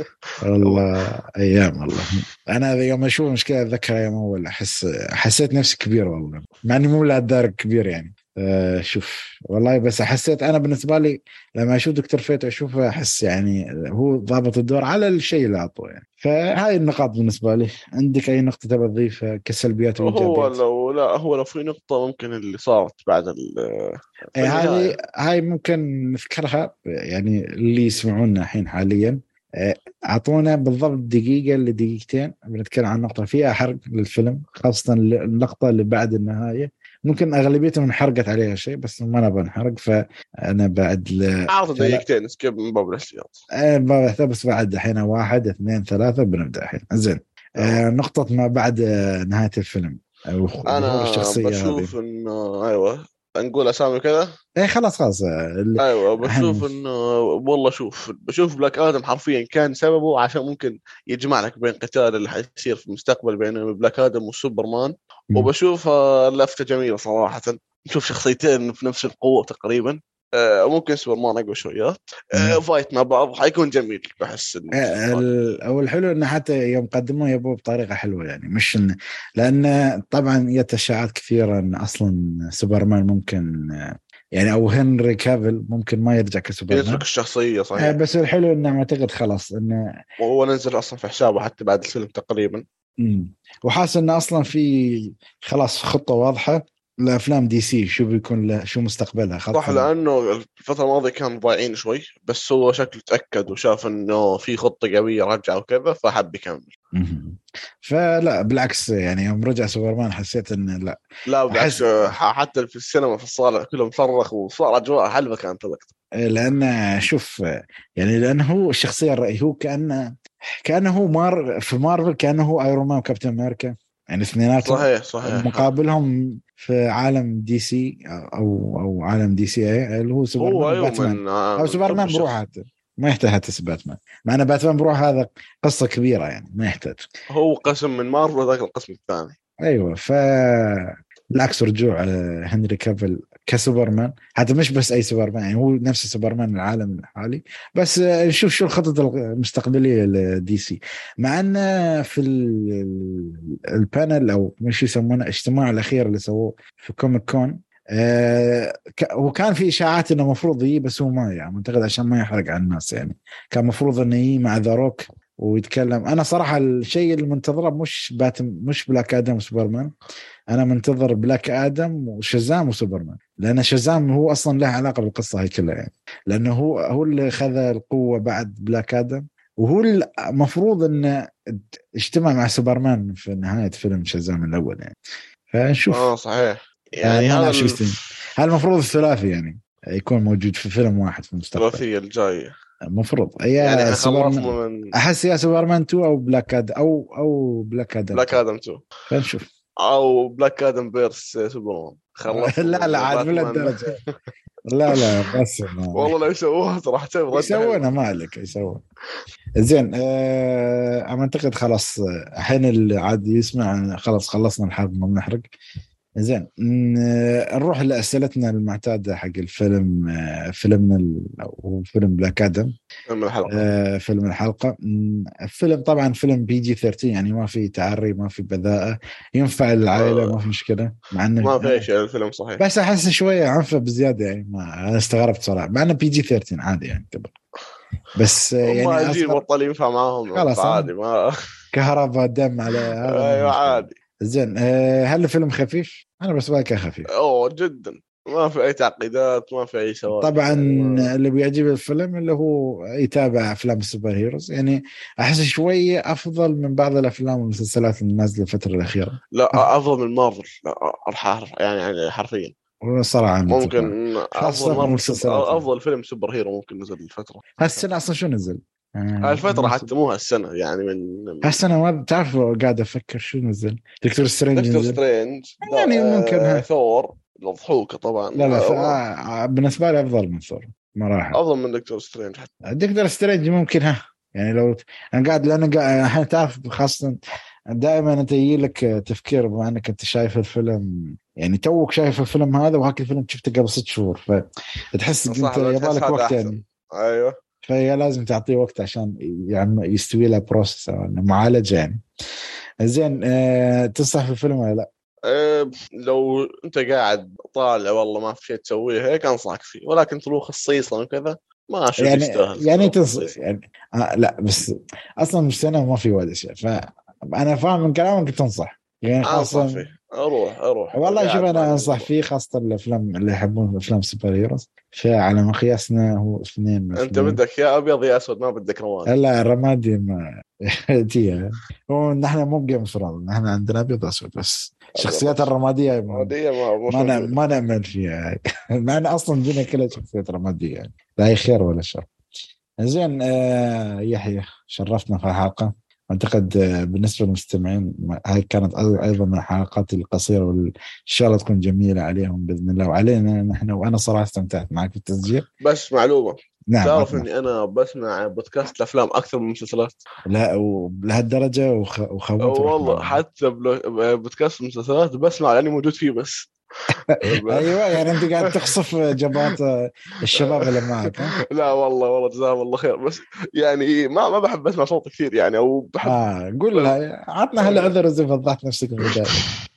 والله ايام والله. انا يوم اشوف مشكله اتذكر ايام اول احس حسيت نفسي كبير والله، مع اني مو لهالدرجه كبير يعني. أه شوف والله بس حسيت انا بالنسبه لي لما اشوف دكتور فيت اشوفه احس يعني هو ضابط الدور على الشيء اللي اعطوه يعني. فهاي النقاط بالنسبه لي. عندك اي نقطه تبغى تضيفها كسلبيات هو وايجابيات؟ لو لا هو لو في نقطة ممكن اللي صارت بعد ال... في إيه هذه النهاية. هاي ممكن نذكرها يعني اللي يسمعونا الحين حاليا. إيه، أعطونا بالضبط دقيقة لدقيقتين بنتكلم عن نقطة فيها حرق للفيلم، خاصة النقطة اللي بعد النهاية ممكن أغلبيتهم انحرقت عليها شيء بس ما نبغى نحرق، فأنا بعد ل... عرض فلا دقيقتين سكيب من باب الاحتياط. أنا ما بحتبس بعد الحين واحد اثنين ثلاثة بنبدأ الحين زين. تمام. آه نقطة ما بعد آه نهاية الفيلم أو ظهور انا الشخصية هذه. بشوف انه ايوه نقول اسامي كذا. ايه خلاص خلاص آه، اللي ايوه الحين بشوف انه والله شوف بشوف بلاك ادم حرفيا كان سببه عشان ممكن يجمع لك بين قتال اللي حيصير في المستقبل بين بلاك ادم وسوبرمان. وبشوفها لفتة جميلة صراحة، نشوف شخصيتين في نفس القوة تقريبا. آه، ممكن سوبرمان اقوى شويات. آه، فايت مع بعض حيكون جميل بحس الفايت. او الحلو انه حتى يوم قدموه يبوه بطريقه حلوه يعني، مش إن لان طبعا جت اشاعات كثيره ان اصلا سوبرمان ممكن يعني او هنري كافل ممكن ما يرجع يترك كسوبرمان. الشخصية آه، صحيح. بس الحلو انه اعتقد خلاص انه وهو نزل اصلا في حسابه حتى بعد الفيلم تقريبا. مم. وحاسس انه اصلا في خلاص خطه واضحه لافلام دي سي شو بيكون له شو مستقبلها صح خاصه. لانه الفترة الماضية كانوا ضايعين شوي، بس هو شكله تأكد وشاف انه في خطة قوية رجع وكذا فحب يكمل. مهم. فلا بالعكس يعني يوم رجع سوبرمان حسيت انه لا لا بالعكس، احس ح- حتى في السينما في الصالة كلهم صرخ وصار اجواء حلوة كانت تذكر. لان شوف يعني لانه هو الشخصيه الرئيسيه هو كانه كانه هو مار في مارفل كانه هو ايرون مان وكابتن امريكا يعني اثنيناتهم صحيح صحيح. مقابلهم في عالم دي سي او او عالم دي سي اي اللي هو سوبرمان هو ايوه وباتمان. من آه، او من حب سوبرمان بروحه الشخص. حتى ما يحتاج حتى باتمان، مع ان باتمان بروح هذا قصه كبيره يعني ما يحتاج. هو قسم من مارفل ذاك القسم الثاني. ايوه ف بالعكس رجوع آه، هنري كافل كسوبرمان حتى مش بس اي سوبرمان يعني هو نفس سوبرمان العالم الحالي، بس آه، نشوف شو الخطط المستقبليه لدي سي. مع ان في ال- البانل او مش يسمونه الاجتماع الاخير اللي سووه في كوميك كون آه ك- وكان في اشاعات انه مفروض يجي بس هو ما يعني منتقد عشان ما يحرق على الناس يعني. كان مفروض انه يجي مع ذا روك ويتكلم. انا صراحه الشيء اللي منتظره مش باتم مش بلاك ادم وسوبرمان، انا منتظر بلاك ادم وشزام وسوبرمان، لان شزام هو اصلا له علاقه بالقصه هاي كلها يعني، لانه هو هو اللي خذ القوه بعد بلاك ادم وهو المفروض انه اجتمع مع سوبرمان في نهايه فيلم شزام الاول يعني. فنشوف اه صحيح آه، يعني ما هذا نعرف شو يستوي. هذا المفروض الثلاثي يعني يكون موجود في فيلم واحد في المستقبل الثلاثية الجاية. المفروض يعني يا احنا سوبرمان. خلصنا من احس يا سوبرمان تو او بلاك ادم او او بلاك ادم بلاك تو. ادم تو فنشوف. او بلاك ادم بيرس سوبرمان. خلصنا لا لا من عاد ولا باتمان. الدرجه. لا لا بس ما والله لو يسووها راح تسوي رد حلو. يسوونها ما عليك يسوون. زين آه انا اعتقد خلاص الحين اللي عاد يسمع خلاص خلصنا الحلقه ما بنحرق. زين ن- نروح لأسئلتنا المعتادة حق الفيلم آه فيلمنا ال- أو فيلم بلاك آدم. من الحلقة. آه فيلم الحلقة م، الفيلم طبعا فيلم بي جي ثيرتين يعني ما في تعري ما في بذاءة ينفع العائلة آه ما في مشكلة مع انه ما في أنا شيء الفيلم صحيح. بس احس شوية عنف بزيادة يعني ما انا استغربت صراحة مع انه بي جي ثيرتين عادي يعني كبر بس آه هم يعني الجيل اصغر بطل ينفع معاهم خلاص آه، فعادي ما. كهرباء دم على هذا ما في ايوه مشكلة. عادي. زين آه هل الفيلم خفيف؟ انا بس بالك خفيف. اوه جدا. ما في اي تعقيدات، ما في اي سوالف. طبعا يعني ما... اللي بيعجب الفيلم اللي هو يتابع افلام السوبر هيروز، يعني احس شويه افضل من بعض الافلام والمسلسلات اللي نازله الفتره الاخيره. لا افضل من مارفل، لا أرح... يعني يعني حرفيا صراحه متفق، ممكن افضل خاصه في مارفل سوبر... المسلسلات يعني. افضل فيلم سوبر هيرو ممكن نزل الفتره. هالسنه اصلا شو نزل؟ الفتره آه حتى مو هالسنه، يعني من, من... هالسنه ما بتعرف، قاعد افكر شو نزل. دكتور سترينج دكتور نزل، سترينج دا... يعني ممكن آه... ها. ثور الضحوكه طبعا. لا لا ف... آه... آه بالنسبه لي افضل من ثور مراحل. افضل من دكتور سترينج حتى. دكتور سترينج ممكن ها، يعني لو انا قاعد، لان قاعد الحين تعرف خاصه دائما انت يجي لك تفكير بما انك انت شايف الفيلم، يعني توك شايف الفيلم هذا وهاك الفيلم شفته قبل ست شهور، فتحس صح، انت لو تحس يبالك هذا وقت احسن. يعني. ايوه فهي لازم تعطيه وقت عشان يعني يستوي له بروسس او معالجه يعني. زين أه تنصح في الفيلم ولا لا؟ أه لو انت قاعد طالع والله ما في شيء تسويه هيك انصحك فيه، ولكن تروح خصيصا وكذا ما اشوف يعني يستاهل يعني تروح تنص خصيصا. يعني آه لا بس اصلا مش سنه ما في ولا شيء، فانا فاهم من كلامك تنصح يعني انصح خاصه. فيه، اروح اروح والله شوف قاعد انا ماني انصح مشغول. فيه خاصه الافلام اللي يحبون افلام سوبر هيروز، فعلى مقياسنا هو اثنين من انت اثنين. بدك يا ابيض يا اسود، ما بدك رمادي. لا الرمادي ما تيها، هو نحن مو جيم فراد، نحن عندنا ابيض اسود بس. ابيض الشخصيات اسود الرماديه ما رمادية ما مش ما, ن... موجوده. ما نأمن فيها مع ان اصلا الدنيا كلها شخصيات رماديه يعني. لا هي خير ولا شر. زين آه يحيى شرفتنا في الحلقه. أعتقد آه، بالنسبة للمستمعين هاي كانت أيضا من الحلقات القصيرة وإن شاء الله تكون جميلة عليهم بإذن الله وعلينا نحن. وأنا صراحة استمتعت معك في التسجيل. بس معلومه، نعم تعرف عطنا. اني انا بسمع بودكاست الافلام اكثر من المسلسلات. لا ولهالدرجة وخ... وخوت روح والله معنا. حتى بلو... بودكاست المسلسلات بسمع لاني موجود فيه بس. أيوة يعني أنت قاعد تخصف جبات آه، الشباب اللي معك ها؟ لا والله والله جزاهم الله خير، بس يعني ما ما بحب اسمع صوت كثير يعني، او بحب آه قول لها عطنا هالعذر إذا فضحت نفسك في البداية.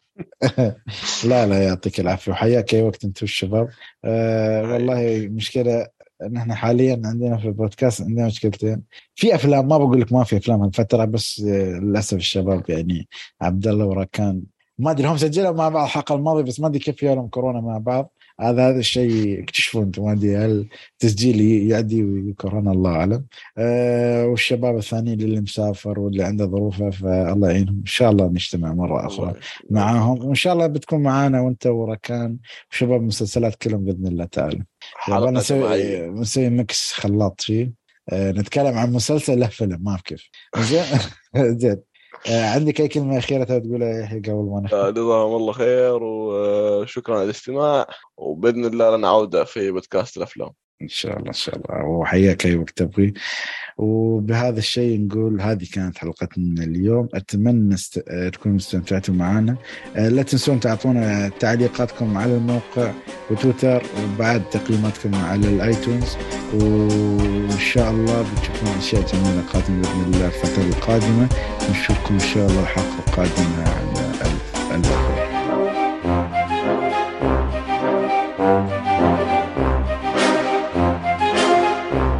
لا لا يعطيك العافية وحياك أي وقت أنتم الشباب. أه والله مشكلة ان احنا حاليا عندنا في البودكاست عندنا مشكلتين. في افلام ما بقول لك ما في افلام هالفتره، بس آه، للاسف الشباب يعني عبد الله وراكان ما ادري هم سجلوا مع بعض الحلقه الماضيه بس ما ادري كيف يوم كورونا مع بعض. هذا هذا الشيء اكتشفوا انتم، ما ادري هل تسجيل يعدي وكورونا الله اعلم. أه والشباب الثانيين اللي مسافر واللي عنده ظروفه فالله يعينهم. ان شاء الله نجتمع مره اخرى معاهم، وان شاء الله بتكون معانا وانت وراكان وشباب المسلسلات كلهم باذن الله تعالى. يبغى حلقة نسوي جماعية. نسوي ميكس خلاط فيه. آه نتكلم عن مسلسل له فيلم ما في كيف. زين زين آه عندك اي كلمه اخيره تبغى تقولها يا يحيى قبل ما نختم؟ جزاهم الله خير وشكرا على الاستماع، وبإذن الله لنا عودة في بودكاست الأفلام. ان شاء الله ان شاء الله وحياك اي وقت تبغي. وبهذا الشيء نقول هذه كانت حلقتنا اليوم. اتمنى است... تكونوا استمتعتوا معنا. لا تنسون تعطونا تعليقاتكم على الموقع وتويتر، وبعد تقييماتكم على الايتونز، وان شاء الله بتشوفون اشياء جميله قادمه باذن الله الفتره القادمه. نشوفكم ان شاء الله حلقه قادمه على الف الف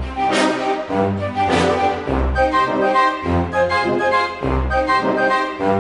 Thank you.